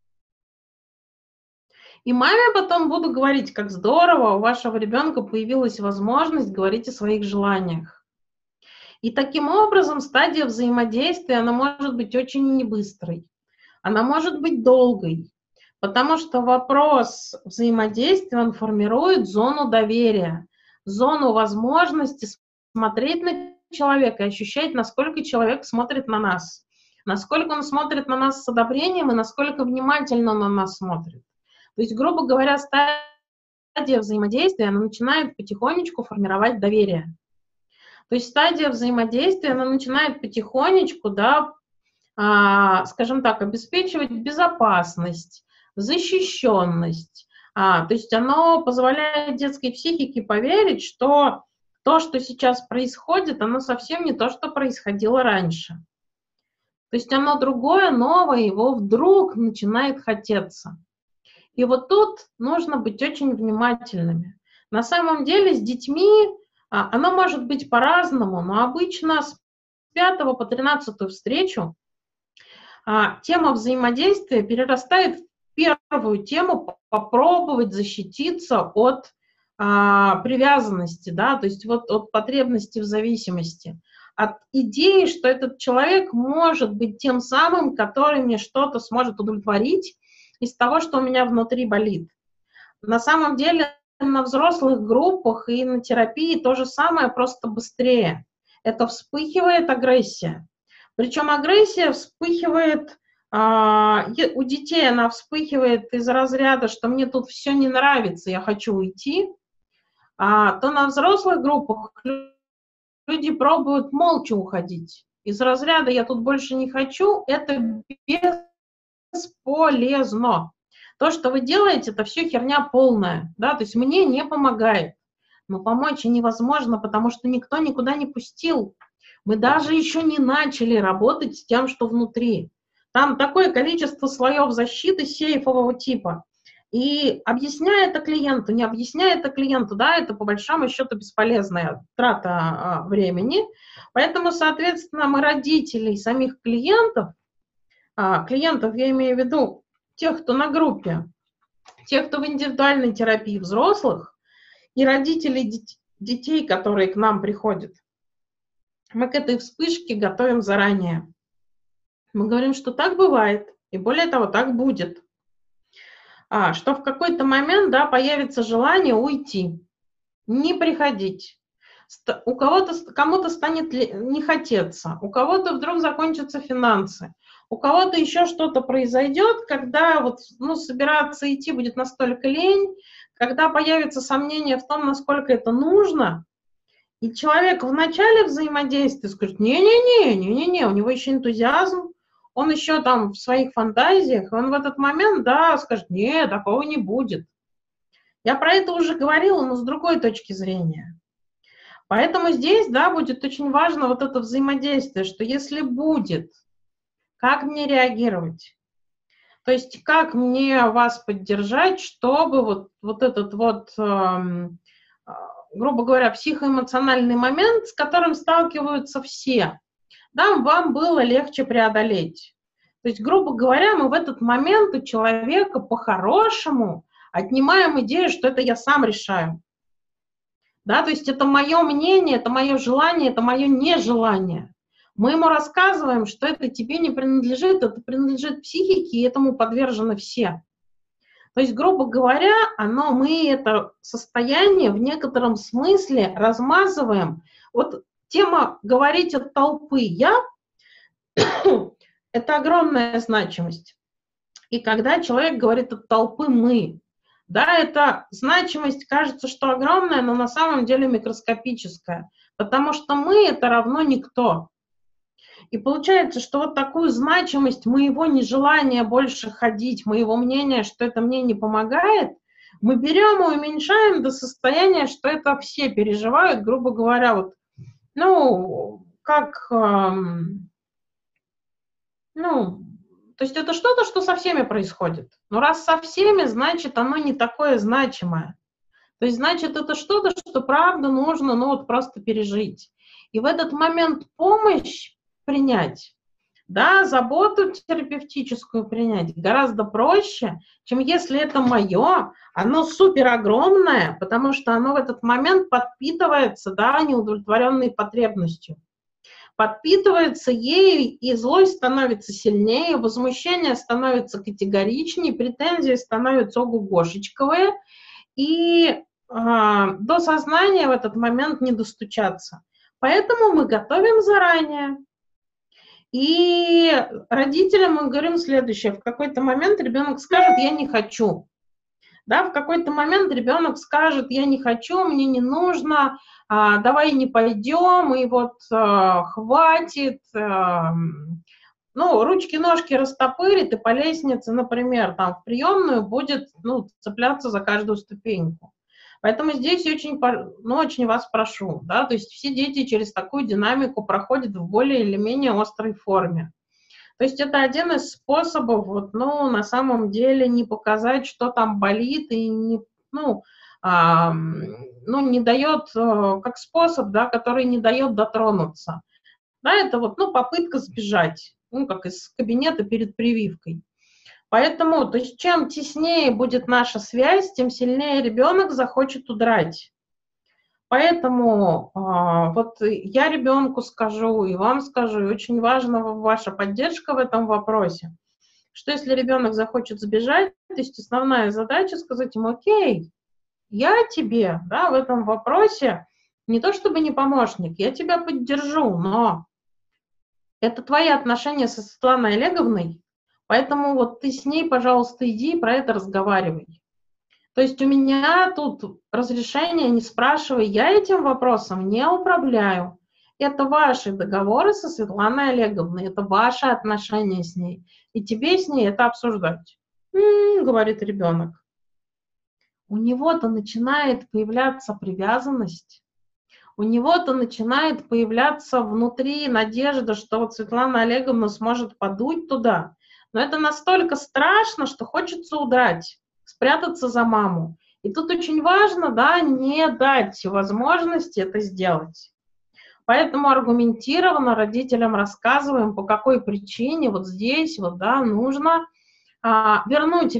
И маме потом буду говорить: как здорово, у вашего ребенка появилась возможность говорить о своих желаниях. И таким образом стадия взаимодействия, она может быть очень небыстрой, она может быть долгой, потому что вопрос взаимодействия, он формирует зону доверия, зону возможности смотреть на человека и ощущать, насколько человек смотрит на нас, насколько он смотрит на нас с одобрением и насколько внимательно он на нас смотрит. То есть, грубо говоря, стадия взаимодействия, она начинает потихонечку формировать доверие. То есть стадия взаимодействия, она начинает потихонечку, да, скажем так, обеспечивать безопасность, защищенность. То есть оно позволяет детской психике поверить, что то, что сейчас происходит, оно совсем не то, что происходило раньше. То есть оно другое, новое, его вдруг начинает хотеться. И вот тут нужно быть очень внимательными. На самом деле с детьми оно может быть по-разному, но обычно с 5 по 13 встречу тема взаимодействия перерастает в первую тему попробовать защититься от привязанности, да, то есть вот от потребности в зависимости, от идеи, что этот человек может быть тем самым, который мне что-то сможет удовлетворить из того, что у меня внутри болит. На самом деле на взрослых группах и на терапии то же самое, просто быстрее. Это вспыхивает агрессия. Причем агрессия вспыхивает, у детей она вспыхивает из разряда, что мне тут все не нравится, я хочу уйти. То на взрослых группах люди пробуют молча уходить. Из разряда «я тут больше не хочу» — это бесполезно. То, что вы делаете, это все херня полная, да, то есть мне не помогает. Но помочь невозможно, потому что никто никуда не пустил. Мы даже еще не начали работать с тем, что внутри. Там такое количество слоев защиты сейфового типа. И объясняя это клиенту, не объясняя это клиенту, да, это по большому счету бесполезная трата времени. Поэтому, соответственно, мы родителей самих клиентов, клиентов я имею в виду тех, кто на группе, тех, кто в индивидуальной терапии взрослых, и родителей детей, которые к нам приходят, мы к этой вспышке готовим заранее. Мы говорим, что так бывает, и более того, так будет. Что в какой-то момент, да, появится желание уйти, не приходить. У кому-то станет не хотеться, у кого-то вдруг закончатся финансы, у кого-то еще что-то произойдет, когда вот, собираться идти будет настолько лень, когда появится сомнение в том, насколько это нужно, и человек в начале взаимодействия скажет: не-не-не, у него еще энтузиазм, он еще там в своих фантазиях, он в этот момент, да, скажет: нет, такого не будет. Я про это уже говорила, но с другой точки зрения. Поэтому здесь, да, будет очень важно вот это взаимодействие, что если будет, как мне реагировать? То есть как мне вас поддержать, чтобы вот этот грубо говоря, психоэмоциональный момент, с которым сталкиваются все, да, вам было легче преодолеть. То есть, грубо говоря, мы в этот момент у человека по-хорошему отнимаем идею, что это я сам решаю. Да, то есть это мое мнение, это мое желание, это мое нежелание. Мы ему рассказываем, что это тебе не принадлежит, это принадлежит психике, и этому подвержены все. То есть, грубо говоря, мы это состояние в некотором смысле размазываем. Вот тема говорить от толпы «я» — это огромная значимость. И когда человек говорит от толпы «мы», да, эта значимость кажется, что огромная, но на самом деле микроскопическая, потому что «мы» — это равно никто. И получается, что вот такую значимость моего нежелания больше ходить, моего мнения, что это мне не помогает, мы берем и уменьшаем до состояния, что это все переживают, грубо говоря, то есть это что-то, что со всеми происходит. Но раз со всеми, значит, оно не такое значимое. То есть, значит, это что-то, что правда нужно, просто пережить. И в этот момент помощь принять, да, заботу терапевтическую принять гораздо проще, чем если это мое, оно супер огромное, потому что оно в этот момент подпитывается, да, неудовлетворенной потребностью. подпитывается ей, и злость становится сильнее, возмущение становится категоричнее, претензии становятся ого-гошечковые, и до сознания в этот момент не достучаться. Поэтому мы готовим заранее. И родителям мы говорим следующее. В какой-то момент ребенок скажет: я не хочу. Да, в какой-то момент ребенок скажет: я не хочу, мне не нужно, давай не пойдем, и вот хватит. Ну, ручки-ножки растопырит и по лестнице, например, там в приемную будет цепляться за каждую ступеньку. Поэтому здесь очень вас прошу, да, то есть все дети через такую динамику проходят в более или менее острой форме. То есть это один из способов, на самом деле не показать, что там болит, и не дает, как способ, да, который не дает дотронуться. Да, это попытка сбежать, как из кабинета перед прививкой. Поэтому, то есть, чем теснее будет наша связь, тем сильнее ребенок захочет удрать. Поэтому я ребенку скажу, и вам скажу, и очень важна ваша поддержка в этом вопросе, что если ребенок захочет сбежать, то есть основная задача сказать ему: окей, я тебе, да, в этом вопросе не то чтобы не помощник, я тебя поддержу, но это твои отношения со Светланой Олеговной, поэтому ты с ней, пожалуйста, иди и про это разговаривай. То есть у меня тут разрешение не спрашивай, я этим вопросом не управляю. Это ваши договоры со Светланой Олеговной, это ваши отношения с ней. И тебе с ней это обсуждать. Говорит ребенок. У него-то начинает появляться привязанность. У него-то начинает появляться внутри надежда, что Светлана Олеговна сможет подуть туда. Но это настолько страшно, что хочется удрать, спрятаться за маму. И тут очень важно, да, не дать возможности это сделать. Поэтому аргументированно родителям рассказываем, по какой причине здесь нужно вернуть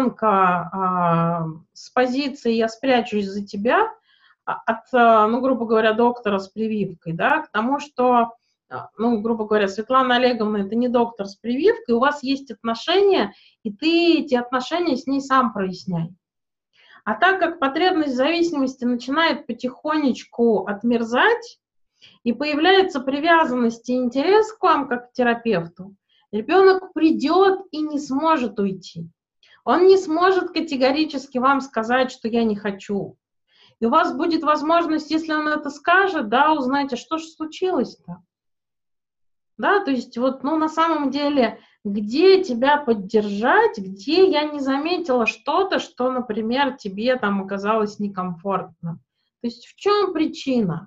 ребенка с позиции «я спрячусь за тебя», от, грубо говоря, доктора с прививкой, да, к тому, что, грубо говоря, Светлана Олеговна — это не доктор с прививкой, у вас есть отношения, и ты эти отношения с ней сам проясняй. А так как потребность зависимости начинает потихонечку отмерзать, и появляется привязанность и интерес к вам, как к терапевту, ребенок придет и не сможет уйти. Он не сможет категорически вам сказать, что я не хочу. И у вас будет возможность, если он это скажет, да, узнать, а что же случилось-то? Да, то есть на самом деле, где тебя поддержать, где я не заметила что-то, что, например, тебе там оказалось некомфортно. То есть в чем причина?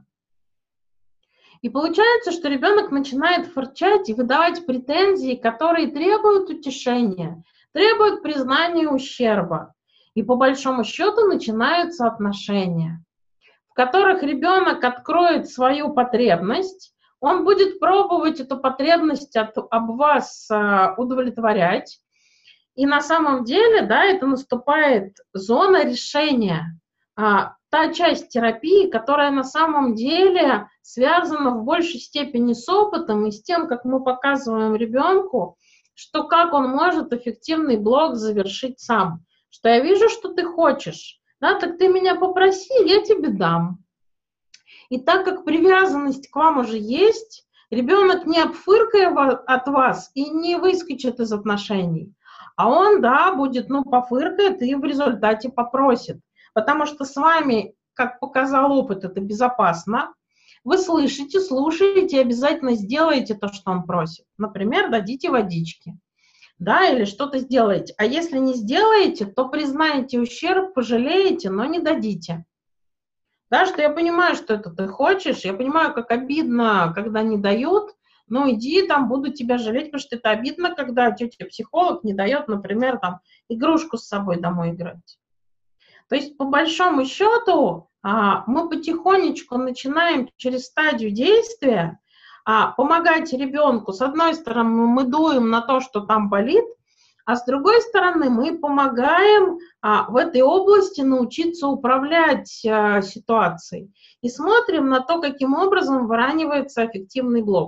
И получается, что ребенок начинает фырчать и выдавать претензии, которые требуют утешения, требуют признания ущерба. И по большому счету начинаются отношения, в которых ребенок откроет свою потребность, он будет пробовать эту потребность об вас удовлетворять. И на самом деле, да, это наступает зона решения. Та часть терапии, которая на самом деле связана в большей степени с опытом и с тем, как мы показываем ребенку, что как он может эффективный блок завершить сам. Что я вижу, что ты хочешь, да, так ты меня попроси, я тебе дам. И так как привязанность к вам уже есть, ребенок не обфыркая от вас и не выскочит из отношений, а он, да, будет, пофыркает и в результате попросит. Потому что с вами, как показал опыт, это безопасно. Вы слышите, слушаете, обязательно сделаете то, что он просит. Например, дадите водички. Да, или что-то сделаете. А если не сделаете, то признаете ущерб, пожалеете, но не дадите. Да, что я понимаю, что это ты хочешь, я понимаю, как обидно, когда не дают, иди, буду тебя жалеть, потому что это обидно, когда тетя-психолог не дает, например, игрушку с собой домой играть. То есть, по большому счету, мы потихонечку начинаем через стадию действия помогать ребенку. С одной стороны, мы дуем на то, что там болит, а с другой стороны, мы помогаем в этой области научиться управлять ситуацией. И смотрим на то, каким образом выравнивается аффективный блок.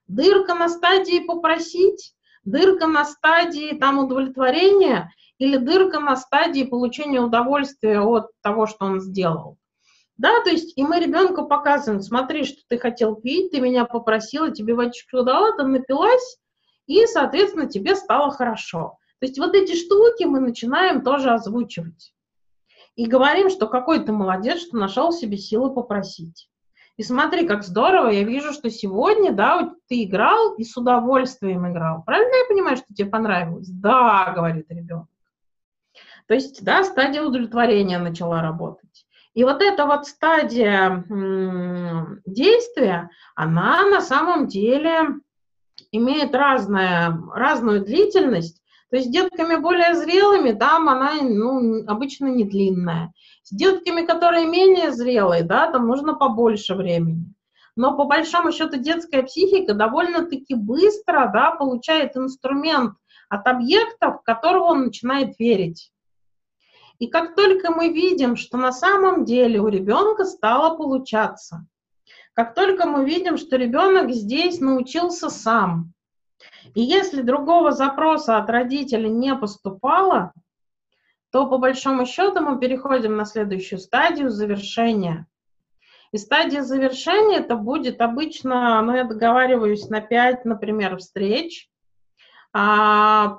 Дырка на стадии попросить, дырка на стадии там удовлетворения или дырка на стадии получения удовольствия от того, что он сделал. Да, то есть и мы ребенку показываем, смотри, что ты хотел пить, ты меня попросила, тебе водичку дала, ты напилась, и, соответственно, тебе стало хорошо. То есть вот эти штуки мы начинаем тоже озвучивать. И говорим, что какой ты молодец, что нашел в себе силы попросить. И смотри, как здорово, я вижу, что сегодня, да, ты играл и с удовольствием играл. Правильно я понимаю, что тебе понравилось? Да, говорит ребенок. То есть, да, стадия удовлетворения начала работать. И вот эта вот стадия действия, она на самом деле имеет разную длительность. То есть с детками более зрелыми, там она обычно не длинная. С детками, которые менее зрелые, да, там нужно побольше времени. Но по большому счету детская психика довольно-таки быстро, да, получает инструмент от объекта, в которого он начинает верить. И как только мы видим, что на самом деле у ребенка стало получаться, как только мы видим, что ребенок здесь научился сам, и если другого запроса от родителей не поступало, то по большому счету мы переходим на следующую стадию завершения. И стадия завершения это будет обычно, я договариваюсь на 5, например, встреч, на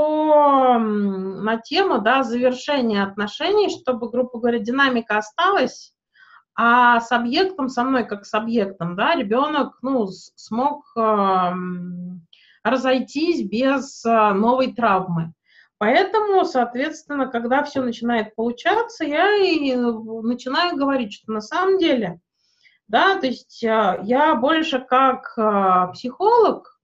тему, да, завершения отношений, чтобы, грубо говоря, динамика осталась, а с объектом, со мной как с объектом, да, ребенок, смог разойтись без новой травмы. Поэтому, соответственно, когда все начинает получаться, я и начинаю говорить, что на самом деле, да, то есть я больше как психолог,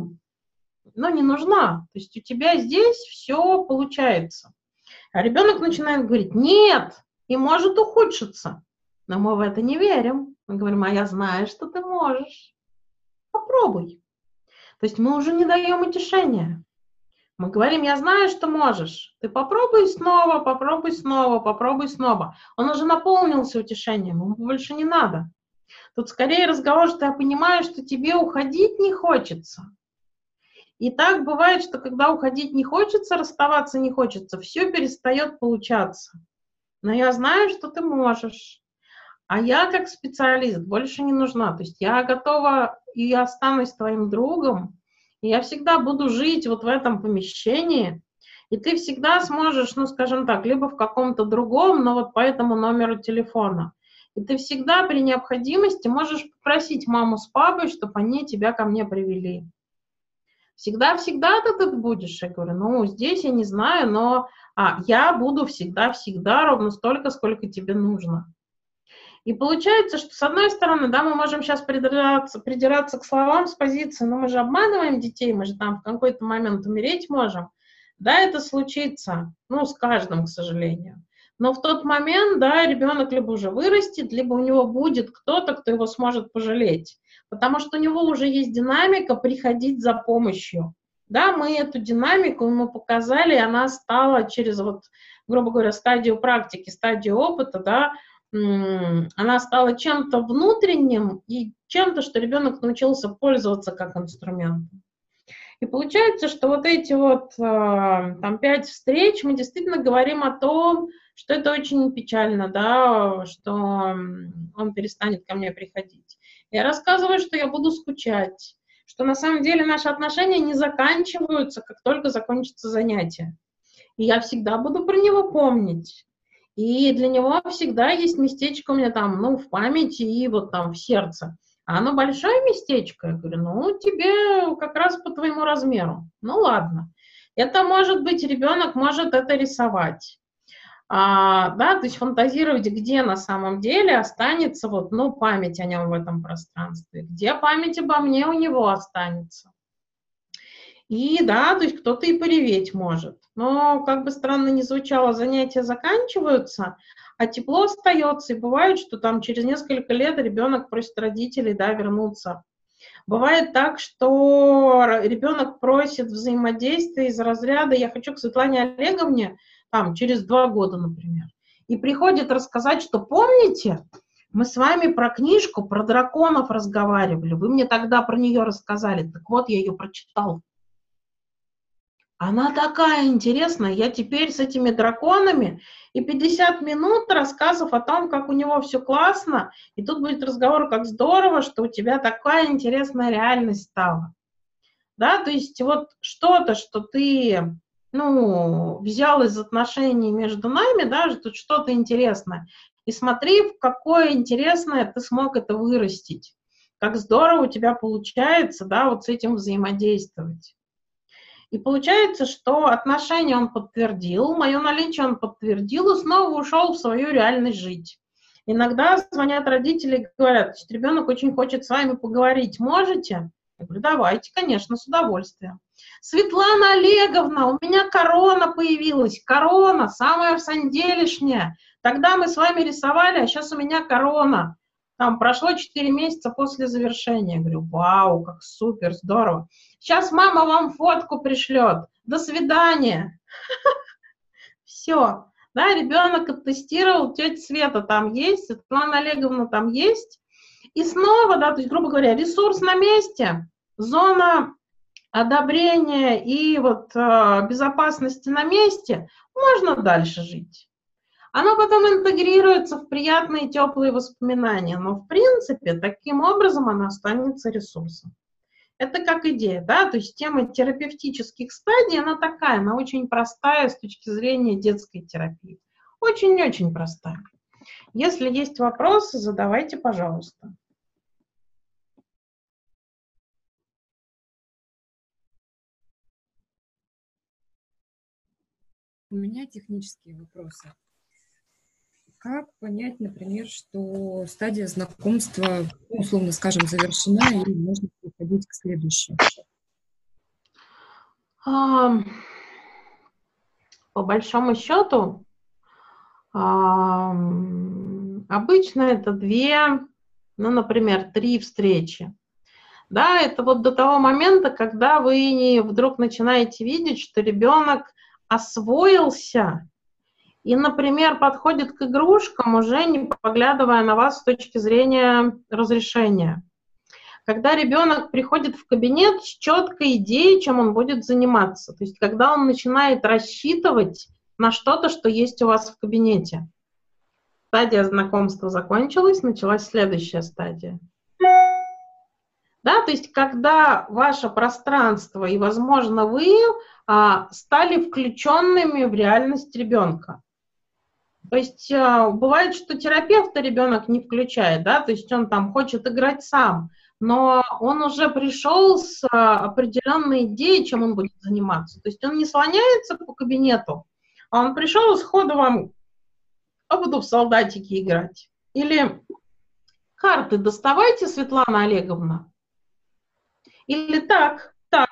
не нужна. То есть у тебя здесь все получается. А ребенок начинает говорить, нет, и может ухудшиться. Но мы в это не верим. Мы говорим, а я знаю, что ты можешь. Попробуй. То есть мы уже не даем утешения. Мы говорим, я знаю, что можешь. Ты попробуй снова, попробуй снова, попробуй снова. Он уже наполнился утешением, ему больше не надо. Тут скорее разговор, что я понимаю, что тебе уходить не хочется. И так бывает, что когда уходить не хочется, расставаться не хочется, все перестает получаться. Но я знаю, что ты можешь. А я как специалист больше не нужна. То есть я готова и останусь твоим другом. И я всегда буду жить вот в этом помещении. И ты всегда сможешь, скажем так, либо в каком-то другом, но вот по этому номеру телефона. И ты всегда при необходимости можешь попросить маму с папой, чтобы они тебя ко мне привели. Всегда ты тут будешь? Я говорю, здесь я не знаю, но я буду всегда ровно столько, сколько тебе нужно. И получается, что с одной стороны, да, мы можем сейчас придираться к словам с позиции, но мы же обманываем детей, мы же там в какой-то момент умереть можем. Да, это случится, с каждым, к сожалению. Но в тот момент, да, ребенок либо уже вырастет, либо у него будет кто-то, кто его сможет пожалеть. Потому что у него уже есть динамика приходить за помощью. Да, мы эту динамику ему показали, и она стала через, грубо говоря, стадию практики, стадию опыта, да, она стала чем-то внутренним и чем-то, что ребенок научился пользоваться как инструментом. И получается, что вот эти 5 встреч, мы действительно говорим о том, что это очень печально, да, что он перестанет ко мне приходить. Я рассказываю, что я буду скучать, что на самом деле наши отношения не заканчиваются, как только закончится занятие. И я всегда буду про него помнить. И для него всегда есть местечко у меня там, в памяти и в сердце. А оно большое местечко? Я говорю, тебе как раз по твоему размеру. Ладно. Это может быть, ребенок может это рисовать. Да, то есть фантазировать, где на самом деле останется память о нем в этом пространстве, где память обо мне у него останется. И да, то есть кто-то и пореветь может. Но, как бы странно ни звучало, занятия заканчиваются, а тепло остается. И бывает, что там через несколько лет ребенок просит родителей, да, вернуться. Бывает так, что ребенок просит взаимодействия из разряда «я хочу к Светлане Олеговне» там, через 2 года, например. И приходит рассказать, что помните, Мы с вами про книжку, про драконов разговаривали. Вы мне тогда про нее рассказали. Так вот, я ее прочитал. Она такая интересная. Я теперь с этими драконами и 50 минут рассказов о том, как у него все классно. И тут будет разговор, как здорово, что у тебя такая интересная реальность стала. Да, то есть вот что-то, что ты, ну, взял из отношений между нами, да, тут что-то интересное. И смотри, в какое интересное ты смог это вырастить. Как здорово у тебя получается, да, вот с этим взаимодействовать. И получается, что отношения он подтвердил, мое наличие он подтвердил и снова ушел в свою реальность жить. Иногда звонят родители и говорят, ребенок очень хочет с вами поговорить, можете? Я говорю, давайте, конечно, с удовольствием. Светлана Олеговна, у меня корона появилась, корона, самая всанделишняя. Тогда мы с вами рисовали, а сейчас у меня корона. Там прошло 4 месяца после завершения. Я говорю, вау, как супер, здорово. Сейчас мама вам фотку пришлет. До свидания. Все. Да, ребенок оттестировал, тетя Света там есть, Светлана Олеговна там есть. И снова, да, то есть, грубо говоря, ресурс на месте, зона одобрения и вот безопасности на месте, можно дальше жить. Оно потом интегрируется в приятные, теплые воспоминания, но, в принципе, таким образом оно останется ресурсом. Это как идея, да, то есть тема терапевтических стадий, она такая, она очень простая с точки зрения детской терапии. Очень-очень простая. Если есть вопросы, задавайте, пожалуйста. У меня технические вопросы. Как понять, например, что стадия знакомства, условно скажем, завершена, и можно переходить к следующей? По большому счету, обычно это 2, ну, например, 3 встречи. Да, это вот до того момента, когда вы вдруг начинаете видеть, что ребенок освоился и, например, подходит к игрушкам, уже не поглядывая на вас с точки зрения разрешения. Когда ребенок приходит в кабинет с четкой идеей, чем он будет заниматься. То есть когда он начинает рассчитывать на что-то, что есть у вас в кабинете. Стадия знакомства закончилась, началась следующая стадия. Да, то есть когда ваше пространство и, возможно, вы стали включенными в реальность ребенка. То есть бывает, что терапевта ребенок не включает, да, то есть он там хочет играть сам, но он уже пришел с определенной идеей, чем он будет заниматься. То есть он не слоняется по кабинету, а он пришел и сходу вам, буду в солдатики играть. Или карты доставайте, Светлана Олеговна. Или так,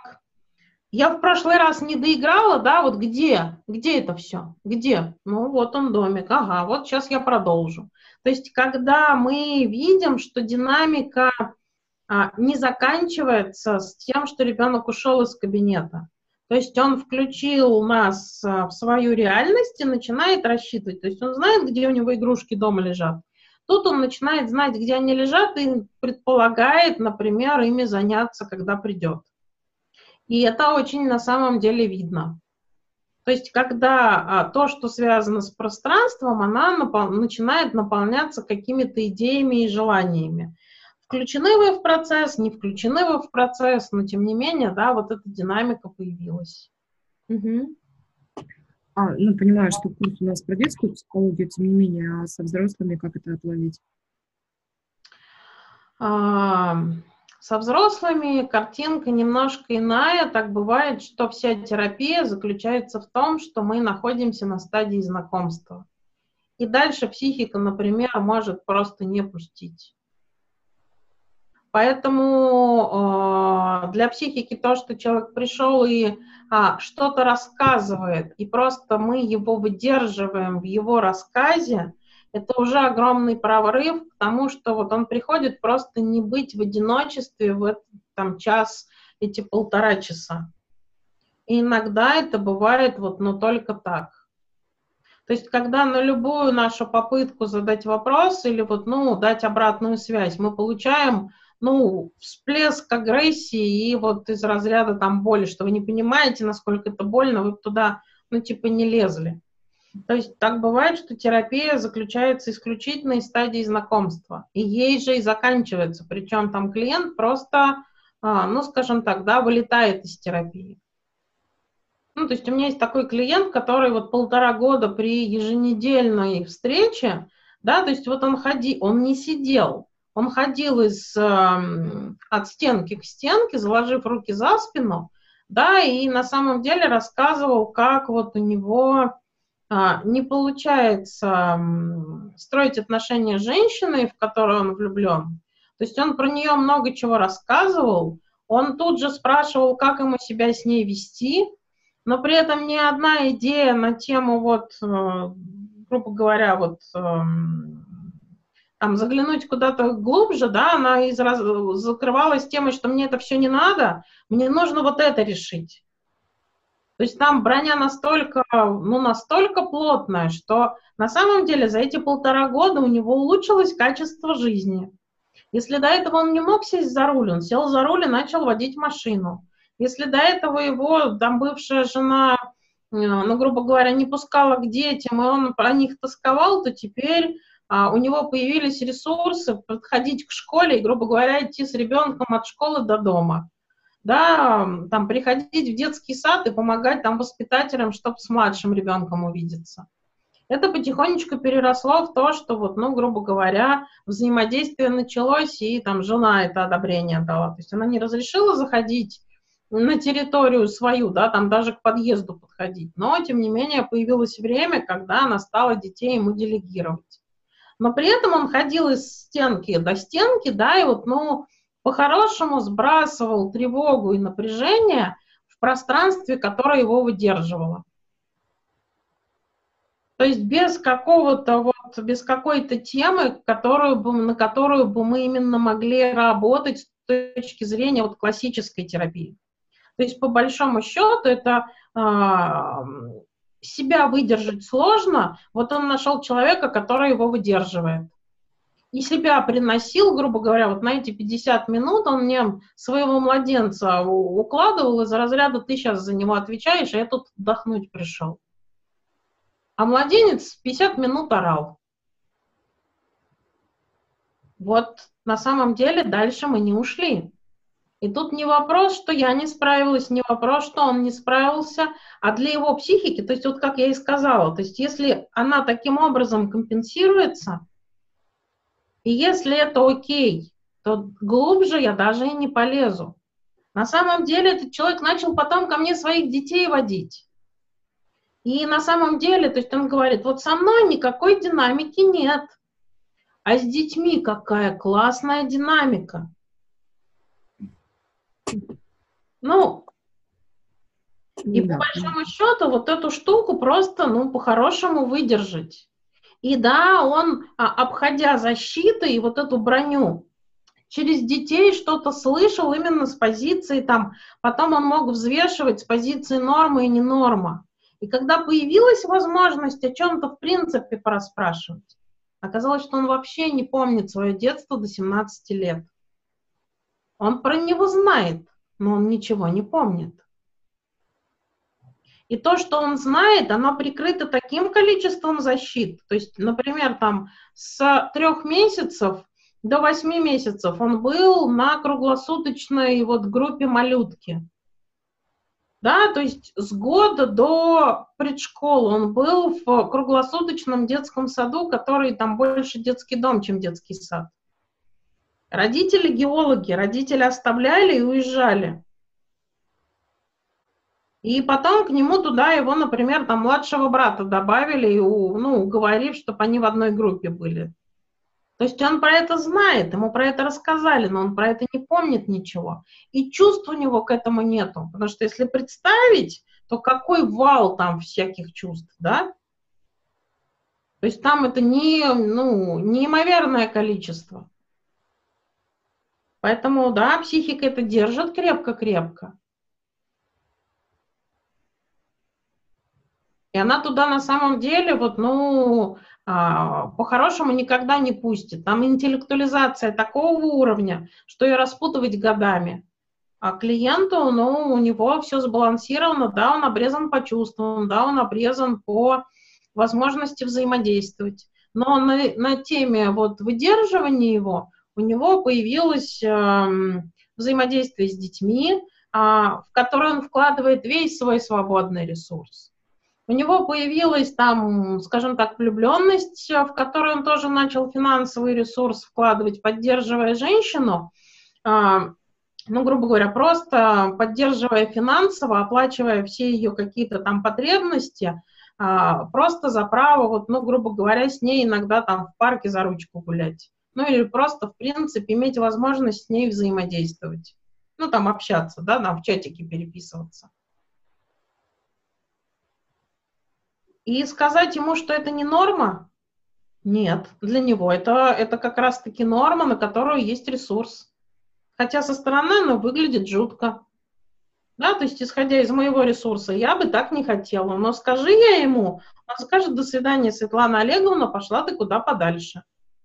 я в прошлый раз не доиграла, да, вот где это все? Где? Ну, вот он домик, ага, вот сейчас я продолжу. То есть, когда мы видим, что динамика не заканчивается с тем, что ребенок ушел из кабинета, то есть он включил нас в свою реальность и начинает рассчитывать, то есть он знает, где у него игрушки дома лежат. Тут он начинает знать, где они лежат, и предполагает, например, ими заняться, когда придет. И это очень на самом деле видно. То есть, когда то, что связано с пространством, она начинает наполняться какими-то идеями и желаниями. Включены вы в процесс, не включены вы в процесс, но тем не менее, да, вот эта динамика появилась. Угу. Ну, понимаю, что курс у нас про детскую психологию, тем не менее, а со взрослыми как это отловить? Со взрослыми картинка немножко иная. Так бывает, что вся терапия заключается в том, что мы находимся на стадии знакомства. И дальше психика, например, может просто не пустить. Поэтому для психики то, что человек пришел и что-то рассказывает, и просто мы его выдерживаем в его рассказе, это уже огромный прорыв к тому, что вот он приходит просто не быть в одиночестве в этот там час, эти 1,5 часа. И иногда это бывает вот, но только так. То есть, когда на любую нашу попытку задать вопрос или вот, ну, дать обратную связь, мы получаем, ну, всплеск агрессии и вот из разряда там боли, что вы не понимаете, насколько это больно, вы бы туда, ну, типа, не лезли. То есть так бывает, что терапия заключается исключительно из стадии знакомства. И ей же и заканчивается. Причем там клиент просто, ну, скажем так, да, вылетает из терапии. Ну, то есть у меня есть такой клиент, который вот 1,5 года при еженедельной встрече, да, то есть вот он не сидел, он ходил от стенки к стенке, заложив руки за спину, да, и на самом деле рассказывал, как вот у него не получается строить отношения с женщиной, в которую он влюблен. То есть он про нее много чего рассказывал, он тут же спрашивал, как ему себя с ней вести, но при этом ни одна идея на тему, вот, грубо говоря, вот там заглянуть куда-то глубже, да, она закрывалась темой, что мне это все не надо, мне нужно вот это решить. То есть там броня настолько, ну, настолько плотная, что на самом деле за эти 1,5 года у него улучшилось качество жизни. Если до этого он не мог сесть за руль, он сел за руль и начал водить машину. Если до этого его там бывшая жена, ну, грубо говоря, не пускала к детям, и он про них тосковал, то теперь у него появились ресурсы подходить к школе и, грубо говоря, идти с ребенком от школы до дома. Да, там приходить в детский сад и помогать там воспитателям, чтобы с младшим ребенком увидеться. Это потихонечку переросло в то, что вот, ну, грубо говоря, взаимодействие началось, и там жена это одобрение дала. То есть она не разрешила заходить на территорию свою, да, там даже к подъезду подходить, но, тем не менее, появилось время, когда она стала детей ему делегировать. Но при этом он ходил из стенки до стенки, да, и вот, ну, по-хорошему сбрасывал тревогу и напряжение в пространстве, которое его выдерживало. То есть без какого-то вот, без какой-то темы, на которую бы мы именно могли работать с точки зрения вот классической терапии. То есть по большому счету это себя выдержать сложно. Вот он нашел человека, который его выдерживает. И себя приносил, грубо говоря, вот на эти 50 минут он мне своего младенца укладывал из разряда «ты сейчас за него отвечаешь, а я тут отдохнуть пришел». А младенец 50 минут орал. Вот на самом деле дальше мы не ушли. И тут не вопрос, что я не справилась, не вопрос, что он не справился, а для его психики, то есть вот как я и сказала, то есть если она таким образом компенсируется, и если это окей, то глубже я даже и не полезу. На самом деле этот человек начал потом ко мне своих детей водить. И на самом деле, то есть он говорит, вот со мной никакой динамики нет, а с детьми какая классная динамика. Ну, и по большому счету вот эту штуку просто, ну, по-хорошему выдержать. И да, он, обходя защиты и вот эту броню, через детей что-то слышал именно с позиции там, потом он мог взвешивать с позиции нормы и не норма. И когда появилась возможность о чем-то в принципе пораспрашивать, оказалось, что он вообще не помнит свое детство до 17 лет. Он про него знает, но он ничего не помнит. И то, что он знает, оно прикрыто таким количеством защит. То есть, например, там с 3 месяцев до 8 месяцев он был на круглосуточной вот группе малютки. Да, то есть с года до предшколы он был в круглосуточном детском саду, который там больше детский дом, чем детский сад. Родители геологи, родители оставляли и уезжали. И потом к нему туда его, например, там младшего брата добавили, ну, уговорив, чтобы они в одной группе были. То есть он про это знает, ему про это рассказали, но он про это не помнит ничего. И чувств у него к этому нету. Потому что если представить, то какой вал там всяких чувств, да? То есть там это неимоверное количество. Поэтому, да, психика это держит крепко-крепко. И она туда на самом деле, вот, ну, по-хорошему никогда не пустит. Там интеллектуализация такого уровня, что ее распутывать годами. А клиенту, ну, у него все сбалансировано, да, он обрезан по чувствам, да, он обрезан по возможности взаимодействовать. Но на теме вот выдерживания его у него появилось взаимодействие с детьми, в которое он вкладывает весь свой свободный ресурс. У него появилась там, скажем так, влюбленность, в которую он тоже начал финансовый ресурс вкладывать, поддерживая женщину, ну, грубо говоря, просто поддерживая финансово, оплачивая все ее какие-то там потребности, просто за право, вот, ну, грубо говоря, с ней иногда там в парке за ручку гулять. Ну, или просто, в принципе, иметь возможность с ней взаимодействовать. Ну, там общаться, да, там в чатике переписываться. И сказать ему, что это не норма, нет, для него это как раз-таки норма, на которую есть ресурс. Хотя со стороны она выглядит жутко. Да, то есть, исходя из моего ресурса, я бы так не хотела. Но скажи я ему, он скажет: до свидания, Светлана Олеговна, пошла ты куда подальше.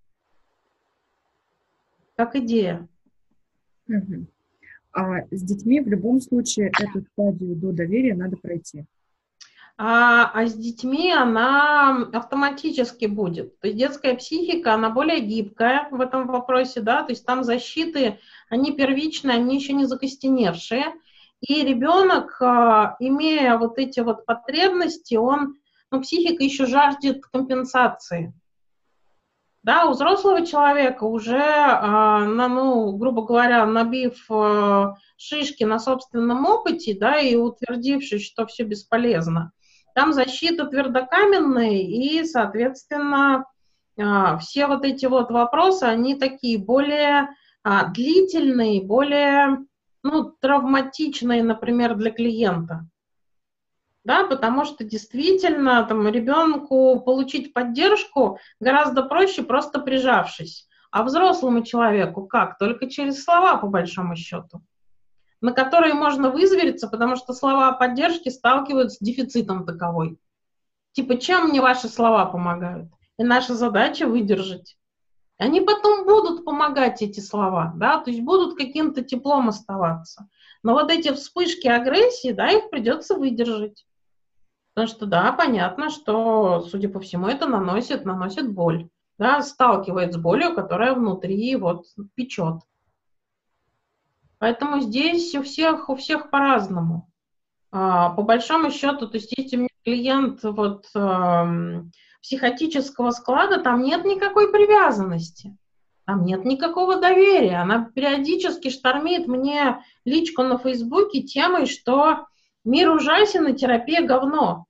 Как идея. Угу. А с детьми в любом случае эту стадию до доверия надо пройти. А с детьми она автоматически будет. То есть детская психика, она более гибкая в этом вопросе, да, то есть там защиты, они первичные, они еще не закостеневшие. И ребенок, имея вот эти вот потребности, он, ну, психика еще жаждет компенсации. Да, у взрослого человека уже, ну, грубо говоря, набив шишки на собственном опыте, да, и утвердившись, что все бесполезно, там защита твердокаменная, и, соответственно, все вот эти вот вопросы, они такие более длительные, более, ну, травматичные, например, для клиента. Да, потому что действительно там ребенку получить поддержку гораздо проще, просто прижавшись. А взрослому человеку как? Только через слова, по большому счету, на которые можно вызвериться, потому что слова о поддержке сталкиваются с дефицитом таковой. Типа, чем мне ваши слова помогают? И наша задача выдержать. Они потом будут помогать, эти слова, да, то есть будут каким-то теплом оставаться. Но вот эти вспышки агрессии, да, их придется выдержать. Потому что, да, понятно, что, судя по всему, это наносит боль, да, сталкивает с болью, которая внутри вот печет. Поэтому здесь у всех по-разному. По большому счету, то есть если у меня клиент вот психотического склада, там нет никакой привязанности, там нет никакого доверия. Она периодически штормит мне личку на Фейсбуке темой, что мир ужасен и терапия говно.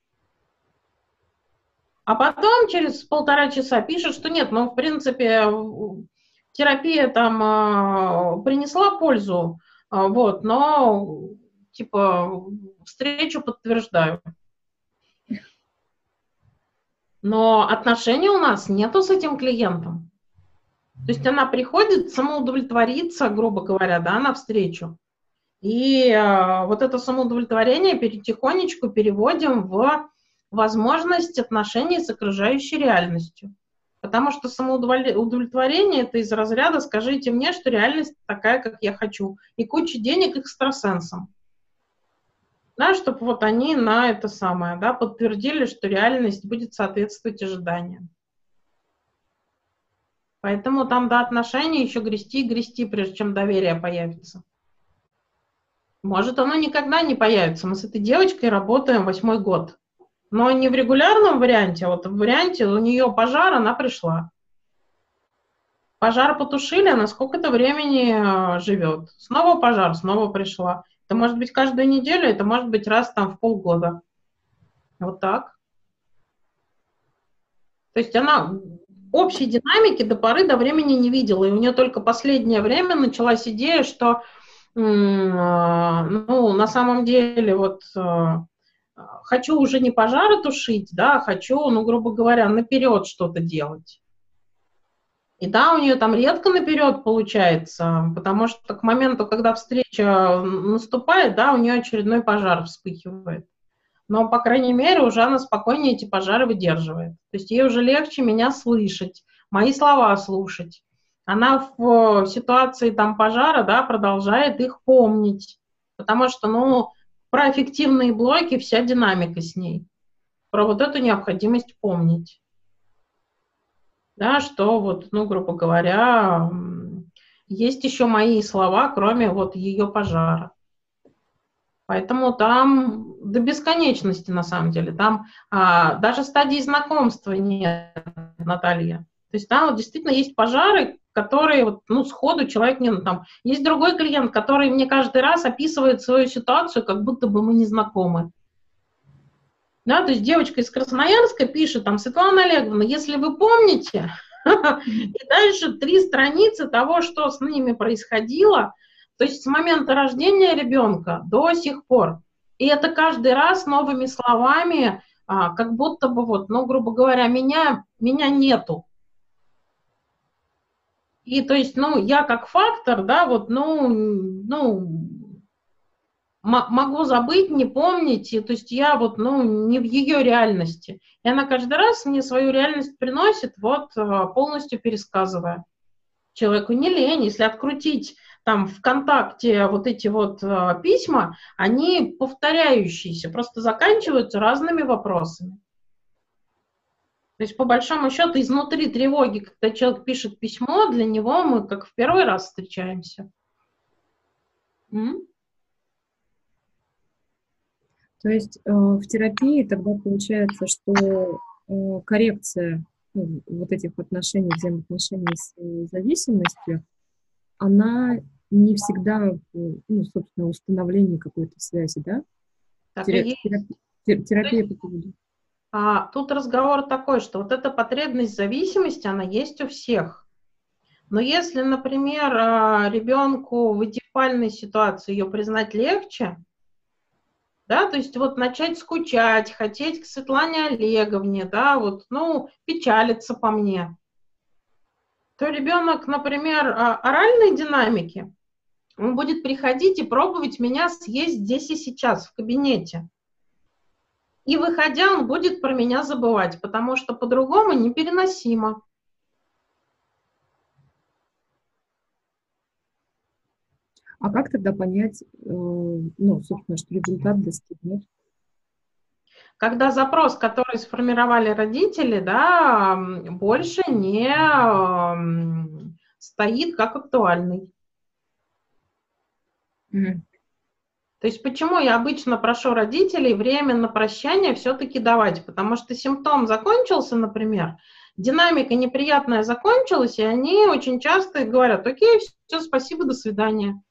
А потом через 1,5 часа пишет, что нет, ну, в принципе, терапия там принесла пользу, вот, но, типа, встречу подтверждаю. Но отношений у нас нету с этим клиентом. То есть она приходит самоудовлетвориться, грубо говоря, да, на встречу. И вот это самоудовлетворение потихонечку переводим в возможность отношений с окружающей реальностью. Потому что самоудовлетворение – это из разряда «скажите мне, что реальность такая, как я хочу», и куча денег экстрасенсам. Да, чтобы вот они на это самое, да, подтвердили, что реальность будет соответствовать ожиданиям. Поэтому там до отношений еще грести и грести, прежде чем доверие появится. Может, оно никогда не появится. Мы с этой девочкой работаем 8-й год. Но не в регулярном варианте, а вот в варианте у нее пожар, она пришла. Пожар потушили, она сколько-то времени живет. Снова пожар, снова пришла. Это может быть каждую неделю, это может быть раз там в полгода. Вот так. То есть она общей динамики до поры до времени не видела. И у нее только последнее время началась идея, что ну, на самом деле вот хочу уже не пожары тушить, да, хочу, ну, грубо говоря, наперед что-то делать. И да, у нее там редко наперед получается, потому что к моменту, когда встреча наступает, да, у нее очередной пожар вспыхивает. но, по крайней мере, уже она спокойнее эти пожары выдерживает. То есть ей уже легче меня слышать, мои слова слушать. Она в ситуации там пожара, да, продолжает их помнить, потому что, ну, про эффективные блоки вся динамика с ней, про вот эту необходимость помнить. Да, что вот, ну, грубо говоря, есть еще мои слова, кроме вот ее пожара. Поэтому там до бесконечности, на самом деле. Там даже стадии знакомства нет, Наталья. То есть там вот действительно есть пожары, которые вот, ну, сходу человек не... Там, есть другой клиент, который мне каждый раз описывает свою ситуацию, как будто бы мы не знакомы. Да, то есть девочка из Красноярска пишет, там, Светлана Олеговна, если вы помните, и дальше 3 страницы того, что с ними происходило, то есть с момента рождения ребенка до сих пор. И это каждый раз новыми словами, как будто бы вот, ну, грубо говоря, меня нету. И то есть, ну, я как фактор, да, вот, могу забыть, не помнить, и, то есть я вот, ну, не в ее реальности. И она каждый раз мне свою реальность приносит, вот, полностью пересказывая. Человеку не лень, если открутить там ВКонтакте вот эти вот письма, они повторяющиеся, просто заканчиваются разными вопросами. То есть, по большому счету, изнутри тревоги, когда человек пишет письмо, для него мы как в первый раз встречаемся. То есть в терапии тогда получается, что коррекция вот этих отношений, взаимоотношений с зависимостью, она не всегда, ну, собственно, установление какой-то связи, да? Терапия по поводу. Тут разговор такой, что вот эта потребность зависимости, она есть у всех. Но если, например, ребенку в идеальной ситуации ее признать легче, да, то есть вот начать скучать, хотеть к Светлане Олеговне, да, вот, ну, печалиться по мне, то ребенок, например, оральной динамики, он будет приходить и пробовать меня съесть здесь и сейчас, в кабинете. И выходя, он будет про меня забывать, потому что по-другому непереносимо. А как тогда понять, ну, собственно, что результат достигнут? Когда запрос, который сформировали родители, да, больше не стоит как актуальный. То есть почему я обычно прошу родителей время на прощание все-таки давать? Потому что симптом закончился, например, динамика неприятная закончилась, и они очень часто говорят: окей, все, спасибо, до свидания.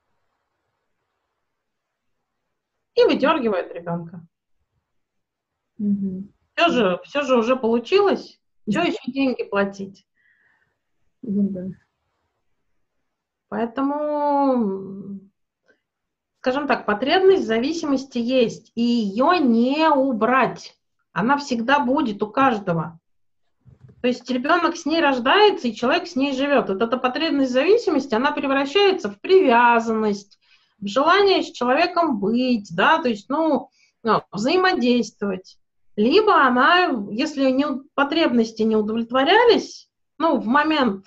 И выдергивают ребенка. Все же уже получилось, что еще деньги платить? Поэтому, скажем так, потребность в зависимости есть, и ее не убрать. Она всегда будет у каждого. То есть ребенок с ней рождается, и человек с ней живет. Вот эта потребность в зависимости, она превращается в привязанность, в желание с человеком быть, да, то есть, взаимодействовать. Либо она, если потребности не удовлетворялись, в момент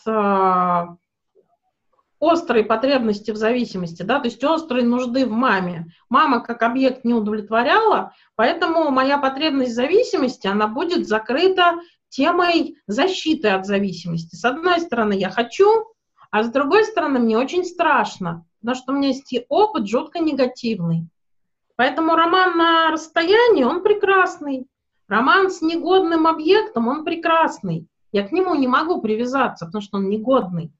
острой потребности в зависимости, да, то есть острой нужды в маме. Мама как объект не удовлетворяла, поэтому моя потребность в зависимости, она будет закрыта темой защиты от зависимости. С одной стороны, я хочу, а с другой стороны, мне очень страшно, потому что у меня есть опыт жутко негативный. Поэтому роман на расстоянии, он прекрасный. Роман с негодным объектом, он прекрасный. Я к нему не могу привязаться, потому что он негодный.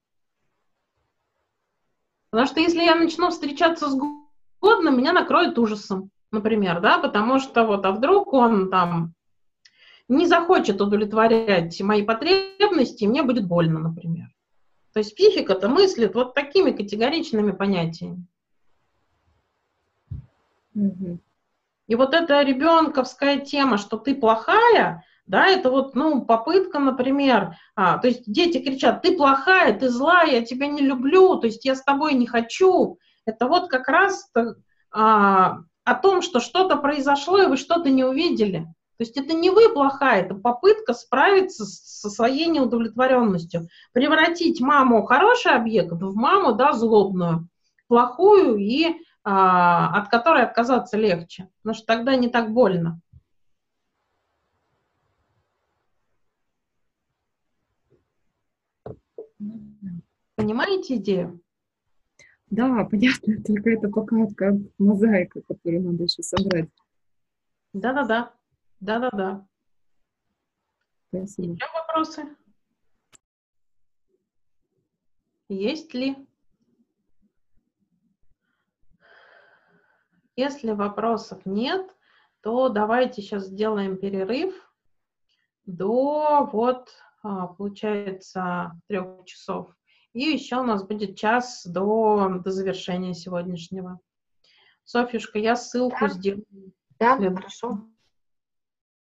Потому что если я начну встречаться с годным, меня накроет ужасом, например, да, потому что а вдруг он там не захочет удовлетворять мои потребности, и мне будет больно, например. То есть психика-то мыслит вот такими категоричными понятиями. И вот эта ребенковская тема, что ты плохая, да, это попытка, например, то есть дети кричат: ты плохая, ты злая, я тебя не люблю, то есть я с тобой не хочу. Это вот как раз от о том, что что-то произошло, и вы что-то не увидели. То есть это не вы плохая, это попытка справиться со своей неудовлетворенностью. Превратить маму хороший объект в маму, да, злобную, плохую и от которой отказаться легче. Потому что тогда не так больно. Понимаете идею? Да, понятно, только это пока как мозаика, которую надо еще собрать. Да-да-да. Да-да-да. Спасибо. Еще вопросы? Есть ли? Если вопросов нет, то давайте сейчас сделаем перерыв до, вот, получается, 3 часов. И еще у нас будет час до завершения сегодняшнего. Софьюшка, я ссылку сделаю. Да, хорошо.